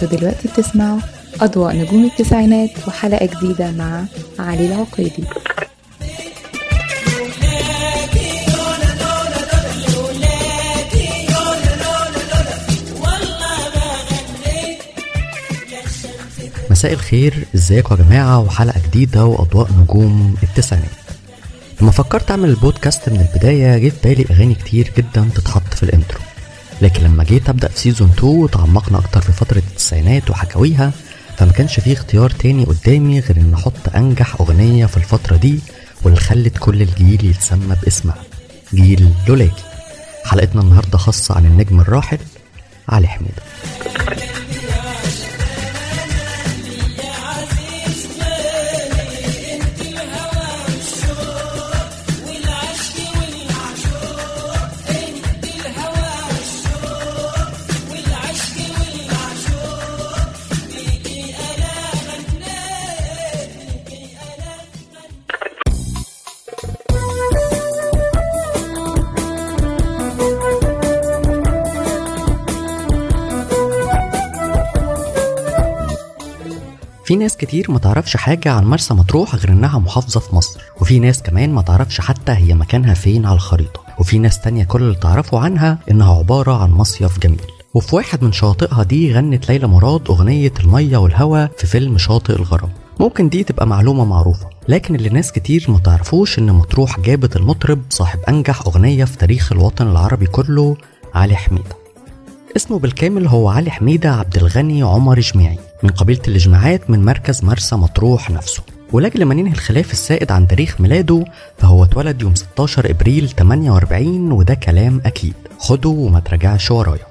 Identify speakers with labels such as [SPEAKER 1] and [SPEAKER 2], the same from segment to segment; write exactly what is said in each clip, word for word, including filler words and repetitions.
[SPEAKER 1] انتوا دلوقتي بتسمعوا أضواء نجوم التسعينات وحلقة جديدة مع علي العقيدي.
[SPEAKER 2] مساء الخير، ازيكم يا جماعة؟ وحلقة جديدة وأضواء نجوم التسعينات. لما فكرت أعمل البودكاست من البداية جه في بالي أغاني كتير جدا تتحط في الانترو، لكن لما جيت أبدأ في سيزون اتنين وتعمقنا أكتر في فترة التسعينات وحكاويها، فما كانش فيه اختيار تاني قدامي غير إن أحط أنجح أغنية في الفترة دي واللي خلت كل الجيل يتسمى باسمها، جيل لولاكي. حلقتنا النهاردة خاصة عن النجم الراحل علي حميدة. في ناس كتير ما تعرفش حاجة عن مرسى مطروح غير انها محافظة في مصر، وفي ناس كمان ما تعرفش حتى هي مكانها فين على الخريطة، وفي ناس تانية كل اللي تعرفوا عنها انها عبارة عن مصيف جميل. وفي واحد من شواطئها دي غنت ليلى مراد اغنية المية والهوا في فيلم شاطئ الغرام. ممكن دي تبقى معلومة معروفة، لكن اللي ناس كتير ما تعرفوش ان مطروح جابت المطرب صاحب انجح اغنية في تاريخ الوطن العربي كله، علي حميدة. اسمه بالكامل هو علي حميدة عبد الغني عمر جميعي، من قبيلة الجماعات من مركز مرسى مطروح نفسه. ولأجل ما ننهي الخلاف السائد عن تاريخ ميلاده، فهو اتولد يوم ستاشر ابريل تمانية واربعين، وده كلام أكيد خده وما تراجعش ورايا.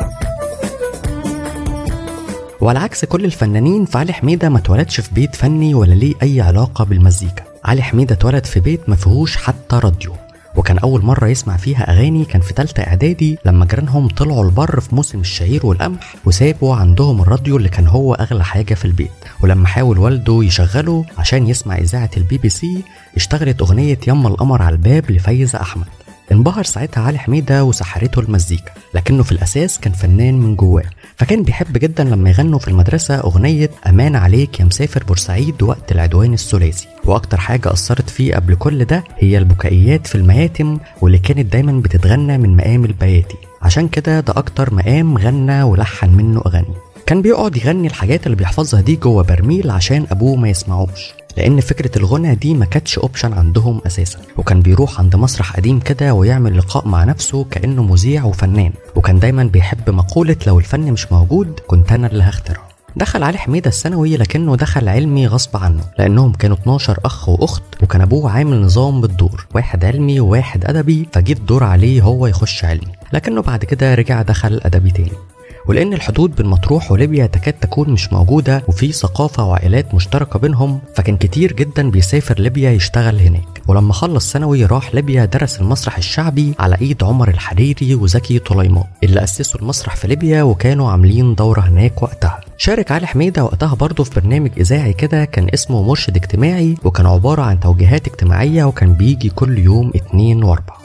[SPEAKER 2] وعلى عكس كل الفنانين، فعلي حميدة ما اتولدش في بيت فني ولا ليه أي علاقة بالمزيكا. علي حميدة اتولد في بيت ما فيهوش حتى راديو، وكان أول مرة يسمع فيها أغاني كان في تالتة إعدادي لما جيرانهم طلعوا البر في موسم الشعير والقمح وسابوا عندهم الراديو اللي كان هو أغلى حاجة في البيت. ولما حاول والده يشغله عشان يسمع إذاعة البي بي سي، اشتغلت أغنية يما القمر على الباب لفايزة أحمد. انبهر ساعتها علي حميدة وسحرته المزيكا، لكنه في الأساس كان فنان من جواه، فكان بيحب جدا لما يغنوا في المدرسة أغنية أمان عليك يا مسافر بورسعيد وقت العدوان الثلاثي. وأكتر حاجة أثرت فيه قبل كل ده هي البكائيات في المياتم، واللي كانت دايما بتتغنى من مقام البياتي، عشان كده ده أكتر مقام غنى ولحن منه أغاني. كان بيقعد يغني الحاجات اللي بيحفظها دي جوه برميل عشان أبوه ما يسمعوش، لأن فكرة الغنى دي ما كانتش اوبشن عندهم أساسا. وكان بيروح عند مسرح قديم كده ويعمل لقاء مع نفسه كأنه مذيع وفنان، وكان دايما بيحب مقولة لو الفن مش موجود كنت أنا اللي هخترعه. دخل علي حميدة الثانوي، لكنه دخل علمي غصب عنه، لأنهم كانوا اتناشر أخ وأخت، وكان أبوه عامل نظام بالدور، واحد علمي وواحد أدبي، فجيت الدور عليه هو يخش علمي، لكنه بعد كده رجع دخل أدبي تاني. ولأن الحدود بين مطروح وليبيا تكاد تكون مش موجودة وفي ثقافة وعائلات مشتركة بينهم، فكان كتير جدا بيسافر ليبيا يشتغل هناك. ولما خلص ثانوي راح ليبيا، درس المسرح الشعبي على ايد عمر الحريري وزكي طليمان اللي أسسوا المسرح في ليبيا، وكانوا عاملين دورة هناك وقتها. شارك علي حميدة وقتها برضه في برنامج إذاعي كده كان اسمه مرشد اجتماعي، وكان عبارة عن توجيهات اجتماعية، وكان بيجي كل يوم اتنين واربع.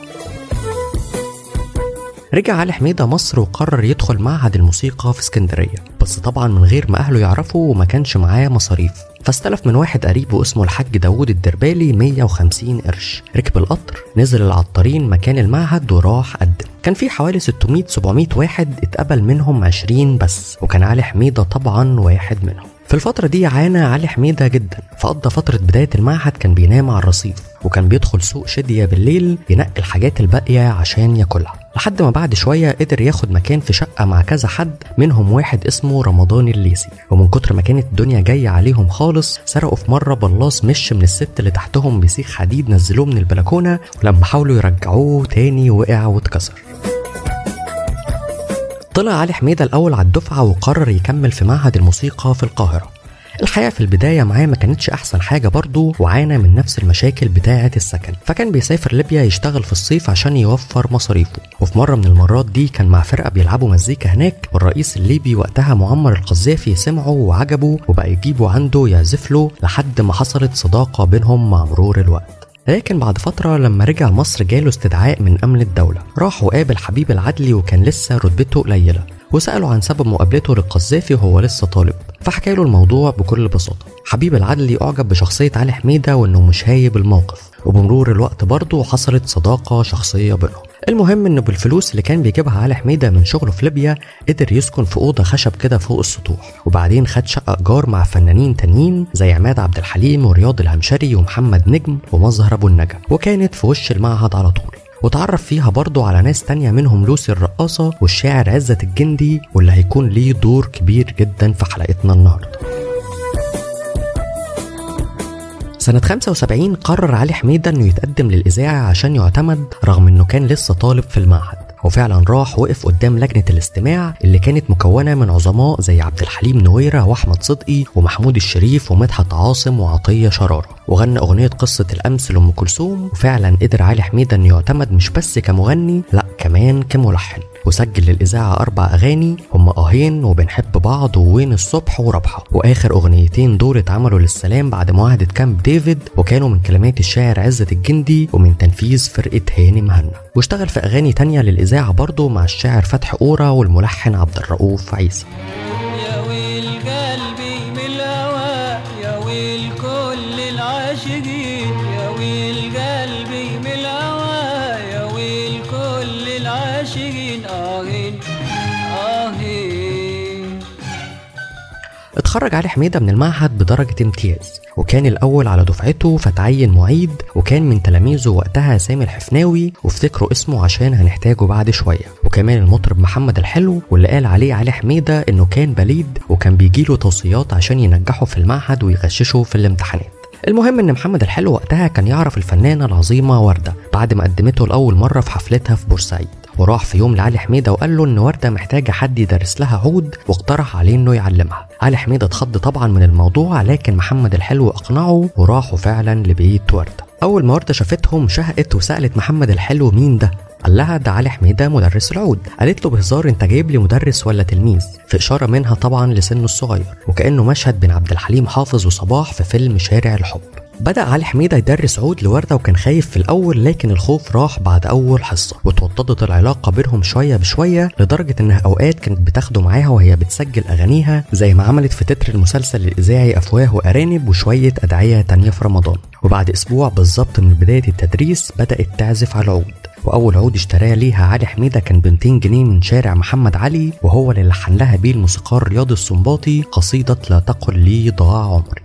[SPEAKER 2] رجع علي حميدة مصر وقرر يدخل معهد الموسيقى في اسكندرية، بس طبعا من غير ما أهله يعرفوا وما كانش معاه مصاريف، فاستلف من واحد قريبه اسمه الحاج داوود الدربالي مية وخمسين قرش. ركب القطر، نزل العطارين مكان المعهد وراح قدم. كان في حوالي ستمية سبعمية واحد، اتقبل منهم عشرين بس، وكان علي حميدة طبعا واحد منهم. في الفترة دي عانى علي حميدة جدا، فقضى فترة بداية المعهد كان بينام على الرصيف، وكان بيدخل سوق شدية بالليل ينقي الحاجات الباقية عشان ياكلها، لحد ما بعد شوية قدر ياخد مكان في شقة مع كذا حد، منهم واحد اسمه رمضان الليثي. ومن كتر ما كانت الدنيا جاية عليهم خالص، سرقوا في مرة بلاص مش من الست اللي تحتهم بسيخ حديد، نزلوه من البلكونة، ولما حاولوا يرجعوه تاني وقع واتكسر. طلع علي حميدة الأول على الدفعة وقرر يكمل في معهد الموسيقى في القاهرة. الحياة في البداية معاه ما كانتش أحسن حاجة برضو، وعانى من نفس المشاكل بتاعة السكن، فكان بيسافر ليبيا يشتغل في الصيف عشان يوفر مصاريفه. وفي مرة من المرات دي كان مع فرقة بيلعبوا مزيكا هناك، والرئيس الليبي وقتها معمر القذافي سمعه وعجبه، وبقى يجيبه عنده يعزف له، لحد ما حصلت صداقة بينهم مع مرور الوقت. لكن بعد فترة لما رجع مصر جاله استدعاء من أمن الدولة، راح وقابل حبيب العدلي وكان لسه رتبته قليلة، وسأله عن سبب مقابلته للقذافي وهو لسه طالب، فحكى له الموضوع بكل بساطة. حبيب العدلي أعجب بشخصية علي حميدة وإنه مش هايب الموقف، وبمرور الوقت برضه حصلت صداقة شخصية بينهم. المهم إنه بالفلوس اللي كان بيجيبها علي حميدة من شغله في ليبيا قدر يسكن في أوضة خشب كده فوق السطوح، وبعدين خد شقة إيجار مع فنانين تانيين زي عماد عبد الحليم ورياض الهمشري ومحمد نجم ومظهر أبو النجا، وكانت في وش المعهد على طول. وتعرف فيها برضه على ناس تانية منهم لوسي الرقاصة والشاعر عزت الجندي، واللي هيكون ليه دور كبير جدا في حلقتنا النهارده. سنة خمسة وسبعين قرر علي حميدة انه يتقدم للإذاعة عشان يعتمد رغم انه كان لسه طالب في المعهد، وفعلا راح وقف قدام لجنة الاستماع اللي كانت مكونة من عظماء زي عبد الحليم نويرة واحمد صدقي ومحمود الشريف ومدحت عاصم وعطية شرارة، وغنى أغنية قصة الأمس لأم كلثوم. وفعلا قدر علي حميدة انه يعتمد مش بس كمغني، لا كمان كملحن، وسجل للإذاعة أربع أغاني هم آهين وبنحب بعض ووين الصبح وربحة، وآخر أغنيتين دول اتعملوا للسلام بعد معاهدة كامب ديفيد، وكانوا من كلمات الشاعر عزت الجندي ومن تنفيذ فرقة هاني مهنا. واشتغل في أغاني تانية للإذاعة برضه مع الشاعر فتحي قورة والملحن عبد الرؤوف عيسى.
[SPEAKER 3] يا ويل قلبي من الهوى، يا ويل كل العاشقين، يا ويل قلبي من الهوى، يا ويل كل العاشقين، آهين آهين.
[SPEAKER 2] اتخرج علي حميدة من المعهد بدرجة امتياز، وكان الأول على دفعته فتعين معيد، وكان من تلاميذه وقتها سامي الحفناوي، وافتكروا اسمه عشان هنحتاجه بعد شوية، وكمان المطرب محمد الحلو، واللي قال عليه علي حميدة إنه كان بليد وكان بيجيله توصيات عشان ينجحه في المعهد ويغششه في الامتحانات. المهم ان محمد الحلو وقتها كان يعرف الفنانة العظيمة وردة بعد ما قدمته لأول مرة في حفلتها في بورسعيد، وراح في يوم لعلي حميدة وقال له ان وردة محتاجة حد يدرس لها عود، واقترح عليه انه يعلمها. علي حميدة اتخض طبعا من الموضوع، لكن محمد الحلو اقنعه وراحوا فعلا لبيت وردة. اول ما وردة شافتهم شهقت وسألت محمد الحلو مين ده؟ قال لها ده علي حميدة مدرس العود. قالت له بهزار انت جايب لي مدرس ولا تلميذ؟ في اشاره منها طبعا لسنه الصغير، وكانه مشهد بين عبد الحليم حافظ وصباح في فيلم شارع الحب. بدأ علي حميدة يدرس عود لوردة وكان خايف في الأول، لكن الخوف راح بعد أول حصة، وتوطدت العلاقة بينهم شوية بشوية لدرجة إنها أوقات كانت بتاخده معاها وهي بتسجل أغانيها زي ما عملت في تتر المسلسل الإذاعي أفواه وأرانب وشوية أدعية تانية في رمضان. وبعد أسبوع بالظبط من بداية التدريس بدأت تعزف على العود، وأول عود اشتراه ليها علي حميدة كان ب مئتين جنيه من شارع محمد علي، وهو اللي لحن لها بيه الموسيقار رياض السنباطي قصيدة لا تقل لي ضاع عمري.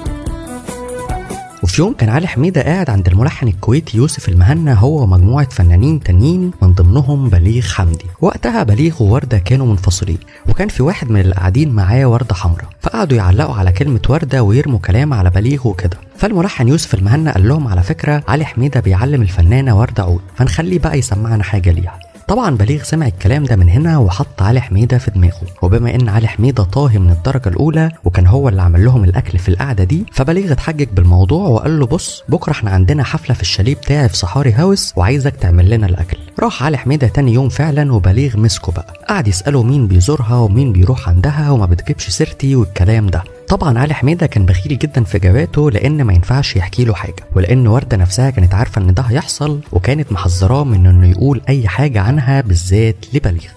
[SPEAKER 2] وفي يوم كان علي حميدة قاعد عند الملحن الكويتي يوسف المهنا هو ومجموعة فنانين تانيين من ضمنهم بليغ حمدي. وقتها بليغ ووردة كانوا منفصلين، وكان في واحد من اللي قاعدين معاه وردة حمراء، فقعدوا يعلقوا على كلمة وردة ويرموا كلام على بليغ وكده. فالملحن يوسف المهنا قال لهم على فكرة علي حميدة بيعلم الفنانة وردة عود، فنخليه بقى يسمعنا حاجة ليها. طبعا بليغ سمع الكلام ده من هنا وحط علي حميدة في دماغه، وبما ان علي حميدة طاهي من الدرجة الاولى وكان هو اللي عمل لهم الاكل في القعدة دي، فبليغ اتحجج بالموضوع وقال له بص بكرة احنا عندنا حفلة في الشاليه بتاعي في صحاري هاوس وعايزك تعمل لنا الاكل. راح علي حميدة تاني يوم فعلا، وبليغ مسكه بقى قعد يسأله مين بيزورها ومين بيروح عندها وما بتجيبش سيرتي والكلام ده. طبعا علي حميدة كان بخيل جدا في اجاباته، لان ما ينفعش يحكي له حاجه، ولان وردة نفسها كانت عارفه ان ده هيحصل وكانت محذراه من انه يقول اي حاجه عنها بالذات لبليغ.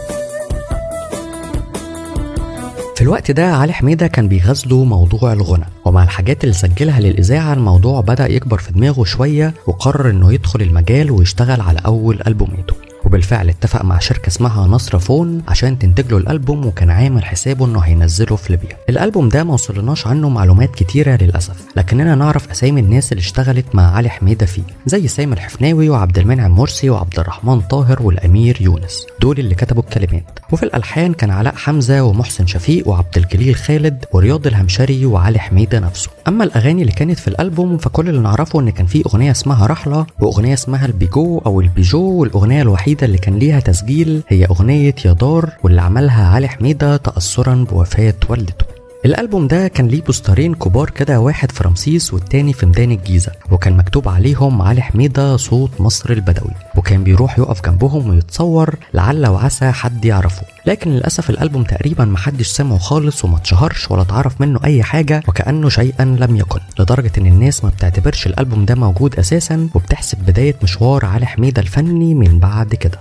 [SPEAKER 2] في الوقت ده علي حميدة كان بيغزله موضوع الغنى، ومع الحاجات اللي سجلها للإذاعة الموضوع بدأ يكبر في دماغه شوية، وقرر انه يدخل المجال ويشتغل على اول ألبوماته. وبالفعل اتفق مع شركة اسمها نصر فون عشان تنتج له الألبوم، وكان عامل حسابه انه هينزله في ليبيا. الألبوم ده ما وصلناش عنه معلومات كتيرة للأسف، لكننا نعرف أسامي الناس اللي اشتغلت مع علي حميدة فيه زي سامي الحفناوي وعبد المنعم مرسي وعبد الرحمن طاهر والأمير يونس، دول اللي كتبوا الكلمات. وفي الألحان كان علاء حمزة ومحسن شفيق وعبد الجليل خالد ورياض الهمشري وعلي حميدة نفسه. أما الأغاني اللي كانت في الألبوم فكل اللي نعرفه ان كان في أغنية اسمها رحلة، وأغنية اسمها البيجو أو البيجو، والأغنية الوحيدة اللي كان ليها تسجيل هي أغنية يا دار، واللي عملها علي حميدة تأثرا بوفاة والدته. الألبوم ده كان ليه بوسترين كبار كده، واحد في رمسيس والتاني في ميدان الجيزة، وكان مكتوب عليهم علي حميدة صوت مصر البدوي، وكان بيروح يقف جنبهم ويتصور لعل وعسى حد يعرفه. لكن للأسف الألبوم تقريبا محدش سمعه خالص وما اتشهرش ولا تعرف منه أي حاجة، وكأنه شيئا لم يكن، لدرجة إن الناس ما بتعتبرش الألبوم ده موجود أساسا، وبتحسب بداية مشوار علي حميدة الفني من بعد كده.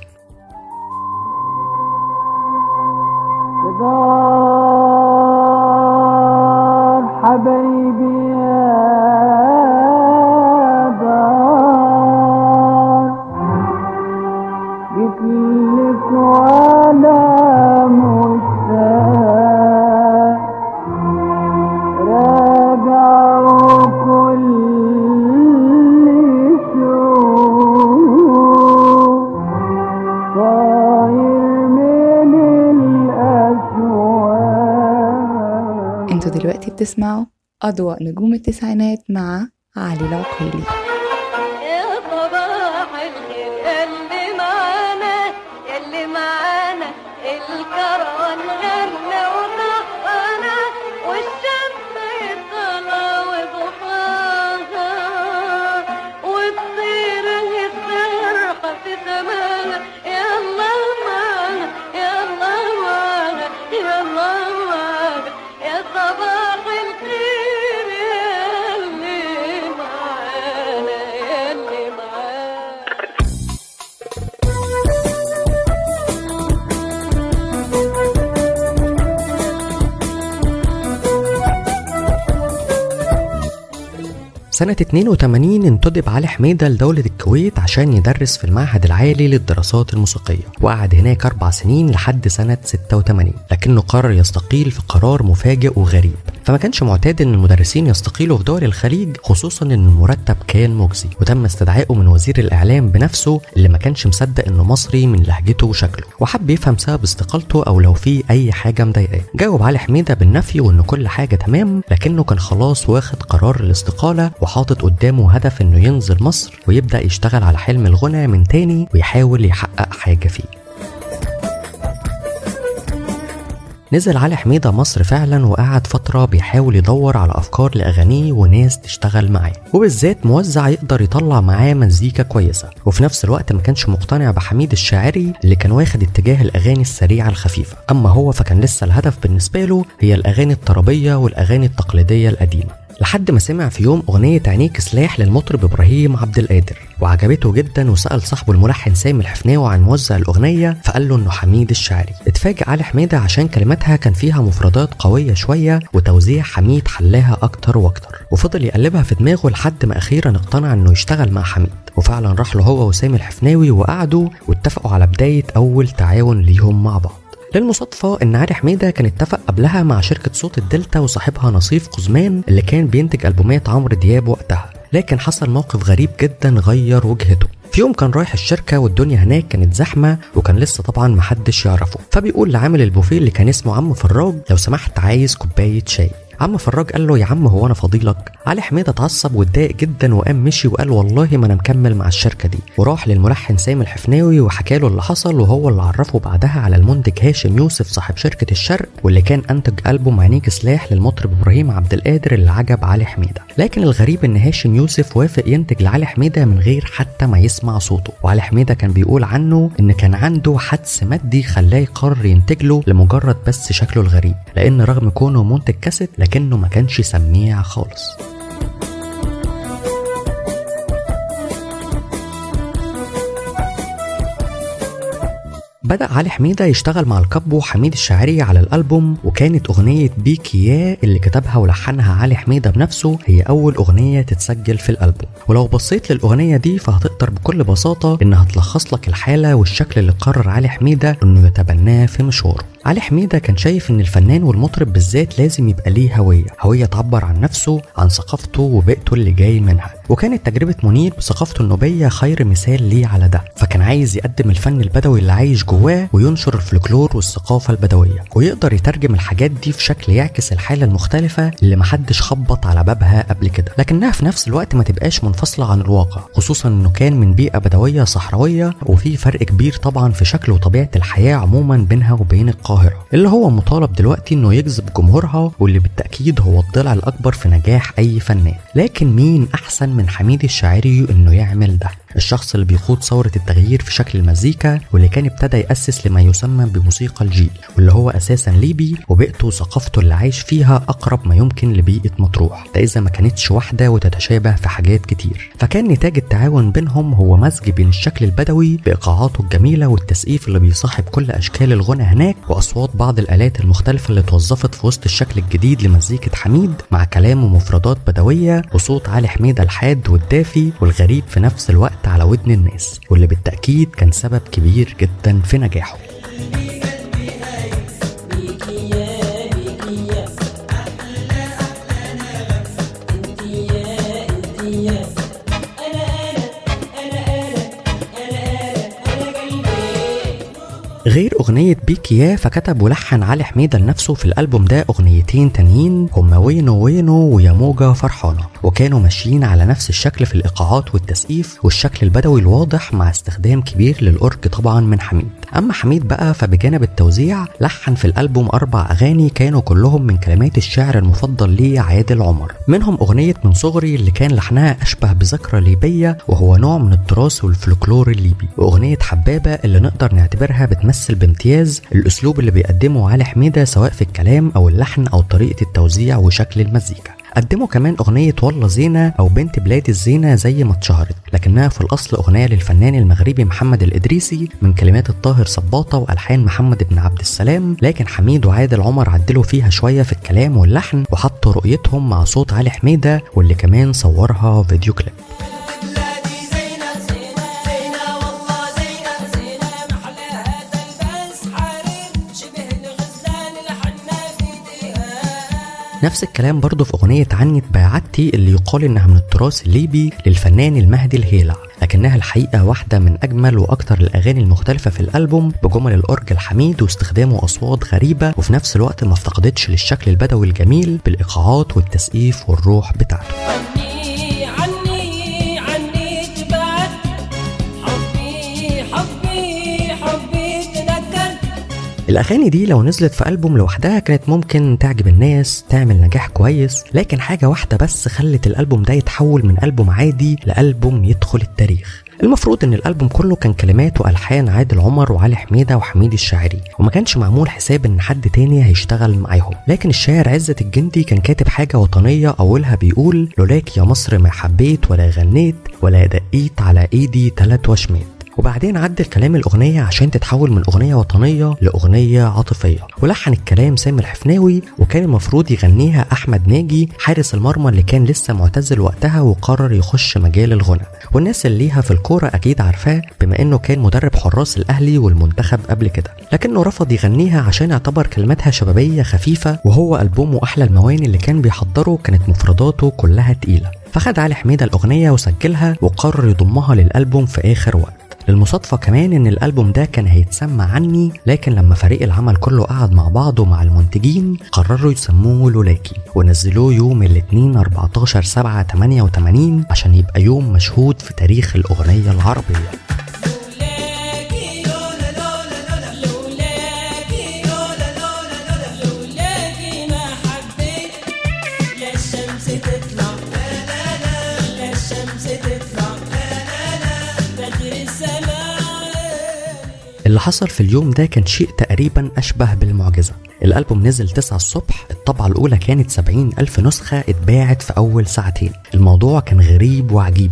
[SPEAKER 3] حبايبي يا دار جيتلك وانا مشتاق راجع وكل شوق طاير من الأشواق.
[SPEAKER 1] انتوا دلوقتي بتسمعوا أضواء نجوم التسعينات مع علي العقيلي.
[SPEAKER 4] يا صباح الخير ياللي معانا ياللي معانا الكروان غنى ونقنا والشمس يطلع وضحاها والطير السرحة في سماها يلا معانا يلا معانا يلا معانا يا صباح الخير
[SPEAKER 2] سنة اتنين وتمانين انتدب علي حميدة لدولة الكويت عشان يدرس في المعهد العالي للدراسات الموسيقية، وقعد هناك أربع سنين لحد سنة ستة وتمانين، لكنه قرر يستقيل في قرار مفاجئ وغريب. فما كانش معتاد ان المدرسين يستقيلوا في دول الخليج، خصوصا ان المرتب كان مجزي، وتم استدعائه من وزير الإعلام بنفسه اللي ما كانش مصدق انه مصري من لهجته وشكله، وحب يفهم سبب استقالته او لو في اي حاجة مضايقاه. جاوب علي حميدة بالنفي وان كل حاجة تمام، لكنه كان خلاص واخد قرار الاستقالة وحاطط قدامه هدف انه ينزل مصر ويبدأ يشتغل على حلم الغنى من تاني ويحاول يحقق حاجة فيه. نزل علي حميدة مصر فعلا، وقعد فترة بيحاول يدور على أفكار لأغانيه وناس تشتغل معاه، وبالذات موزع يقدر يطلع معاه مزيكا كويسة. وفي نفس الوقت ما كانش مقتنع بحميد الشاعري اللي كان واخد اتجاه الأغاني السريعة الخفيفة، أما هو فكان لسه الهدف بالنسبة له هي الأغاني الطربية والأغاني التقليدية القديمة. لحد ما سمع في يوم أغنية عينيك سلاح للمطرب إبراهيم عبد القادر وعجبته جدا، وسأل صاحبه الملحن سامي الحفناوي عن موزع الأغنية فقال له إنه حميد الشاعري. اتفاجئ علي حميدة عشان كلماتها كان فيها مفردات قوية شوية، وتوزيع حميد حلاها أكتر وأكتر، وفضل يقلبها في دماغه لحد ما أخيرا اقتنع إنه يشتغل مع حميد. وفعلا راح له هو وسامي الحفناوي وقعدوا واتفقوا على بداية أول تعاون ليهم مع بعض. للمصادفة ان علي حميدة كان اتفق قبلها مع شركة صوت الدلتا وصاحبها نصيف قزمان اللي كان بينتج ألبومات عمرو دياب وقتها، لكن حصل موقف غريب جدا غير وجهته. في يوم كان رايح الشركة والدنيا هناك كانت زحمة وكان لسه طبعا محدش يعرفه، فبيقول لعامل البوفيه اللي كان اسمه عم فراج لو سمحت عايز كوباية شاي. عم فراج قال له يا عم هو انا فضيلك؟ علي حميدة اتعصب واتضايق جدا وقام مشي وقال والله ما انا مكمل مع الشركة دي، وراح للملحن سامي الحفناوي وحكى له اللي حصل، وهو اللي عرفه بعدها على المنتج هاشم يوسف صاحب شركة الشرق واللي كان انتج ألبوم عينيك سلاح للمطرب إبراهيم عبد القادر اللي عجب علي حميدة. لكن الغريب ان هاشم يوسف وافق ينتج لعلي حميدة من غير حتى ما يسمع صوته، وعلي حميدة كان بيقول عنه ان كان عنده حدس مادي خلاه يقرر ينتج له لمجرد بس شكله الغريب، لان رغم كونه منتج كاسيت لكنه ما كانش سميع خالص. بدأ علي حميدة يشتغل مع الكابو حميد الشاعري على الألبوم، وكانت أغنية بيك يا اللي كتبها ولحنها علي حميدة بنفسه هي أول أغنية تتسجل في الألبوم. ولو بصيت للأغنية دي فهتقدر بكل بساطة إنها تلخص لك الحالة والشكل اللي قرر علي حميدة إنه يتبناه في مشواره. علي حميدة كان شايف إن الفنان والمطرب بالذات لازم يبقى ليه هوية، هوية تعبر عن نفسه، عن ثقافته وبيئته اللي جاي منها، وكانت تجربة منير بثقافته النوبية خير مثال ليه على ده، فكان عايز يقدم الفن البدوي اللي عايش جواه وينشر الفلكلور والثقافة البدوية، ويقدر يترجم الحاجات دي في شكل يعكس الحالة المختلفة اللي محدش خبط على بابها قبل كده، لكنها في نفس الوقت ما تبقاش منفصلة عن الواقع، خصوصا انه كان من بيئة بدوية صحراوية، وفي فرق كبير طبعا في شكل وطبيعة الحياة عموما بينها وبين القاهرة، اللي هو مطالب دلوقتي انه يجذب جمهورها، واللي بالتأكيد هو الضلع الأكبر في نجاح أي فنان. لكن مين أحسن من حميد الشاعري انه يعمل ده؟ الشخص اللي بيخوض ثورة التغيير في شكل المزيكا، واللي كان ابتدى يأسس لما يسمى بموسيقى الجيل، واللي هو أساسا ليبي، وبيئته وثقافته اللي عايش فيها أقرب ما يمكن لبيئة مطروح، ده إذا ما كانتش واحدة وتتشابه في حاجات كتير. فكان نتاج التعاون بينهم هو مزج بين الشكل البدوي بإيقاعاته الجميلة والتسقيف اللي بيصاحب كل أشكال الغنى هناك، وأصوات بعض الآلات المختلفة اللي توظفت في وسط الشكل الجديد لمزيكة حميد، مع كلام ومفردات بدوية وصوت علي حميدة الحاد والدافي والغريب في نفس الوقت على ودن الناس، واللي بالتأكيد كان سبب كبير جدا في نجاحه. غير أغنية بيكي يا، فكتب ولحن علي حميدة لنفسه في الألبوم ده أغنيتين تانيين هما وينو وينو ويا موجة فرحانة، وكانوا ماشيين على نفس الشكل في الإيقاعات والتسقيف والشكل البدوي الواضح، مع استخدام كبير للأورج طبعا من حميد. أما حميد بقى فبجانب التوزيع لحن في الألبوم أربع أغاني كانوا كلهم من كلمات الشاعر المفضل ليه عادل عمر، منهم أغنية من صغري اللي كان لحنها أشبه بذكرى ليبية وهو نوع من التراث والفلكلور الليبي، وأغنية حبابة اللي نقدر نعتبرها بتمثل بامتياز الأسلوب اللي بيقدمه علي حميدة سواء في الكلام أو اللحن أو طريقة التوزيع وشكل المزيكا. قدموا كمان أغنية والله زينة أو بنت بلاد الزينة زي ما اتشهرت، لكنها في الأصل أغنية للفنان المغربي محمد الإدريسي من كلمات الطاهر صباطة وألحان محمد بن عبد السلام، لكن حميد وعادل عمر عدلوا فيها شوية في الكلام واللحن وحطوا رؤيتهم مع صوت علي حميدة، واللي كمان صورها فيديو كليب. نفس الكلام برضو في أغنية عني تباعتي اللي يقال إنها من التراث الليبي للفنان المهدي الهيلع، لكنها الحقيقة واحدة من أجمل وأكتر الأغاني المختلفة في الألبوم، بجمل الأورج الحميد واستخدامه أصوات غريبة، وفي نفس الوقت ما افتقدتش للشكل البدوي الجميل بالإيقاعات والتسقيف والروح بتاعته. الأغاني دي لو نزلت في ألبوم لوحدها كانت ممكن تعجب الناس، تعمل نجاح كويس، لكن حاجة واحدة بس خلت الألبوم ده يتحول من ألبوم عادي لألبوم يدخل التاريخ. المفروض ان الألبوم كله كان كلمات والحان عادل عمر وعلي حميدة وحميد الشاعري، وما كانش معمول حساب ان حد تاني هيشتغل معاهم، لكن الشاعر عزت الجندي كان كاتب حاجة وطنية اولها بيقول لولاك يا مصر ما حبيت ولا غنيت ولا دقيت على ايدي تلات وشمات، وبعدين عدل كلام الأغنية عشان تتحول من أغنية وطنية لأغنية عاطفية، ولحن الكلام سامي الحفناوي، وكان المفروض يغنيها أحمد ناجي حارس المرمى اللي كان لسه معتزل وقتها وقرر يخش مجال الغنى، والناس اللي ليها في الكورة أكيد عارفاه بما إنه كان مدرب حراس الأهلي والمنتخب قبل كده، لكنه رفض يغنيها عشان اعتبر كلماتها شبابية خفيفة، وهو ألبومه أحلى المواني اللي كان بيحضره كانت مفرداته كلها تقيلة، فخد علي حميدة الأغنية وسجلها وقرر يضمها للألبوم في آخر وقت. للمصادفة كمان ان الألبوم ده كان هيتسمى عني، لكن لما فريق العمل كله قعد مع بعضه مع المنتجين قرروا يسموه لولاكي، ونزلوه يوم الاثنين أربعتاشر سبعة تمانية وتمانين عشان يبقى يوم مشهود في تاريخ الأغنية العربية. اللي حصل في اليوم ده كان شيء تقريبا أشبه بالمعجزة. الألبوم نزل تسعة الصبح، الطبعة الأولى كانت سبعين ألف نسخة اتباعت في أول ساعتين. الموضوع كان غريب وعجيب،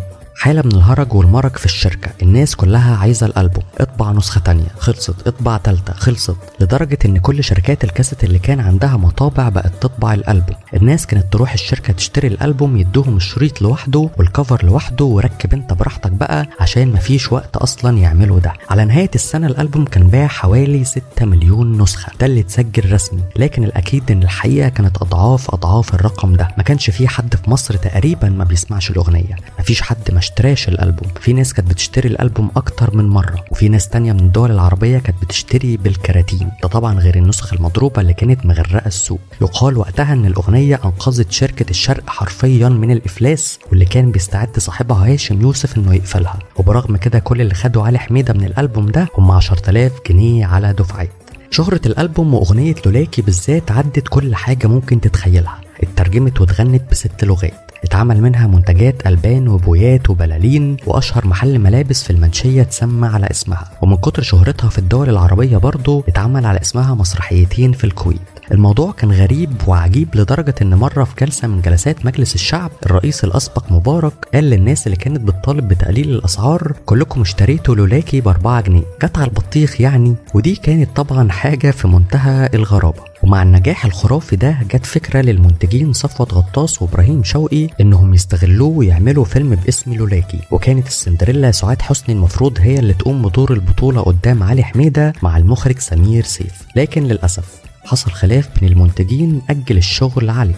[SPEAKER 2] حالة من الهرج والمرج في الشركة، الناس كلها عايزة الألبوم، اطبع نسخة تانية خلصت، اطبع تالتة خلصت، لدرجة ان كل شركات الكاسيت اللي كان عندها مطابع بقت تطبع الألبوم. الناس كانت تروح الشركة تشتري الألبوم، يدوهم الشريط لوحده والكفر لوحده وركب انت براحتك بقى، عشان مفيش وقت اصلا يعملوا ده. على نهاية السنة الألبوم كان باع حوالي ستة مليون نسخة، ده اللي اتسجل رسمي، لكن الأكيد ان الحقيقة كانت أضعاف أضعاف الرقم ده. ما كانش في حد في مصر تقريبا ما بيسمعش الأغنية، مفيش حد ما اشتراش الألبوم. في ناس كانت بتشتري الألبوم أكتر من مرة، وفي ناس تانية من الدول العربية كانت بتشتري بالكراتين، ده طبعا غير النسخ المضروبة اللي كانت مغرقة السوق. يقال وقتها ان الأغنية أنقذت شركة الشرق حرفيا من الإفلاس، واللي كان بيستعد صاحبها هاشم يوسف انه يقفلها. وبرغم كده كل اللي خدوا علي حميدة من الألبوم ده هم عشرة آلاف جنيه على دفعات. شهرة الألبوم وأغنية لولاكي بالذات عدت كل حاجة ممكن تتخيلها، اترجمت واتغنت بست لغات، اتعمل منها منتجات ألبان وبويات وبلالين، وأشهر محل ملابس في المنشية اتسمى على اسمها. ومن كتر شهرتها في الدول العربية برضو اتعمل على اسمها مسرحيتين في الكويت. الموضوع كان غريب وعجيب لدرجة ان مرة في جلسة من جلسات مجلس الشعب الرئيس الأسبق مبارك قال للناس اللي كانت بتطالب بتقليل الأسعار كلكم اشتريتوا لولاكي بأربعة جنيه، جت على البطيخ يعني. ودي كانت طبعا حاجة في منتهى الغرابة. ومع النجاح الخرافي ده جت فكرة للمنتجين صفوت غطاس وإبراهيم شوقي انهم يستغلوه ويعملوا فيلم باسم لولاكي، وكانت السندريلا سعاد حسني المفروض هي اللي تقوم بدور البطولة قدام علي حميدة مع المخرج سمير سيف. لكن للأسف حصل خلاف بين المنتجين أجل الشغل عليه.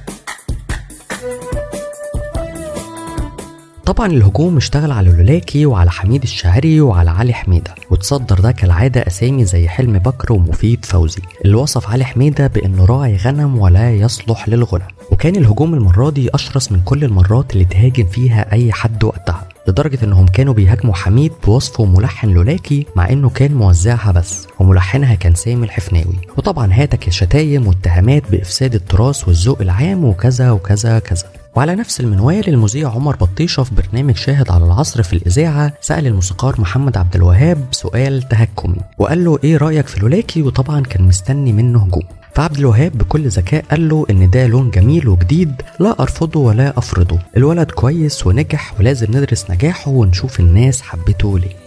[SPEAKER 2] طبعا الهجوم اشتغل على لولاكي وعلى حميد الشاعري وعلى علي حميدة، وتصدر ده كالعادة أسامي زي حلمي بكر ومفيد فوزي، اللي وصف علي حميدة بأنه راعي غنم ولا يصلح للغنى. وكان الهجوم المرة دي أشرس من كل المرات اللي تهاجم فيها أي حد وقتها، لدرجة انهم كانوا بيهاجموا حميد بوصفه ملحن لولاكي مع انه كان موزعها بس، وملحنها كان سامي الحفناوي. وطبعا هاتك يا شتايم واتهامات بإفساد التراث والذوق العام وكذا وكذا كذا. وعلى نفس المنوال المذيع عمر بطيشة في برنامج شاهد على العصر في الإذاعة سأل الموسيقار محمد عبد الوهاب سؤال تهكمي وقال له ايه رأيك في لولاكي، وطبعا كان مستني منه هجوم. فعبد الوهاب بكل ذكاء قال له ان ده لون جميل وجديد لا ارفضه ولا افرضه، الولد كويس ونجح ولازم ندرس نجاحه ونشوف الناس حبته ليه.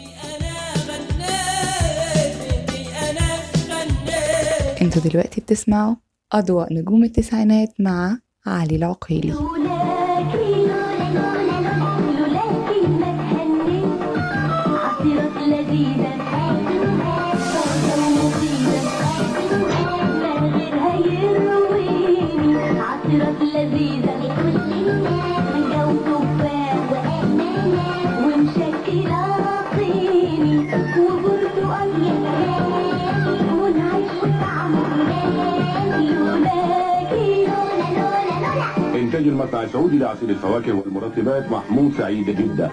[SPEAKER 1] انتوا دلوقتي بتسمعوا أضواء نجوم التسعينات مع علي العقيلي.
[SPEAKER 5] إنتاج المصنع السعودي لعصير الفواكه والمرطبات محمود سعيد جدا.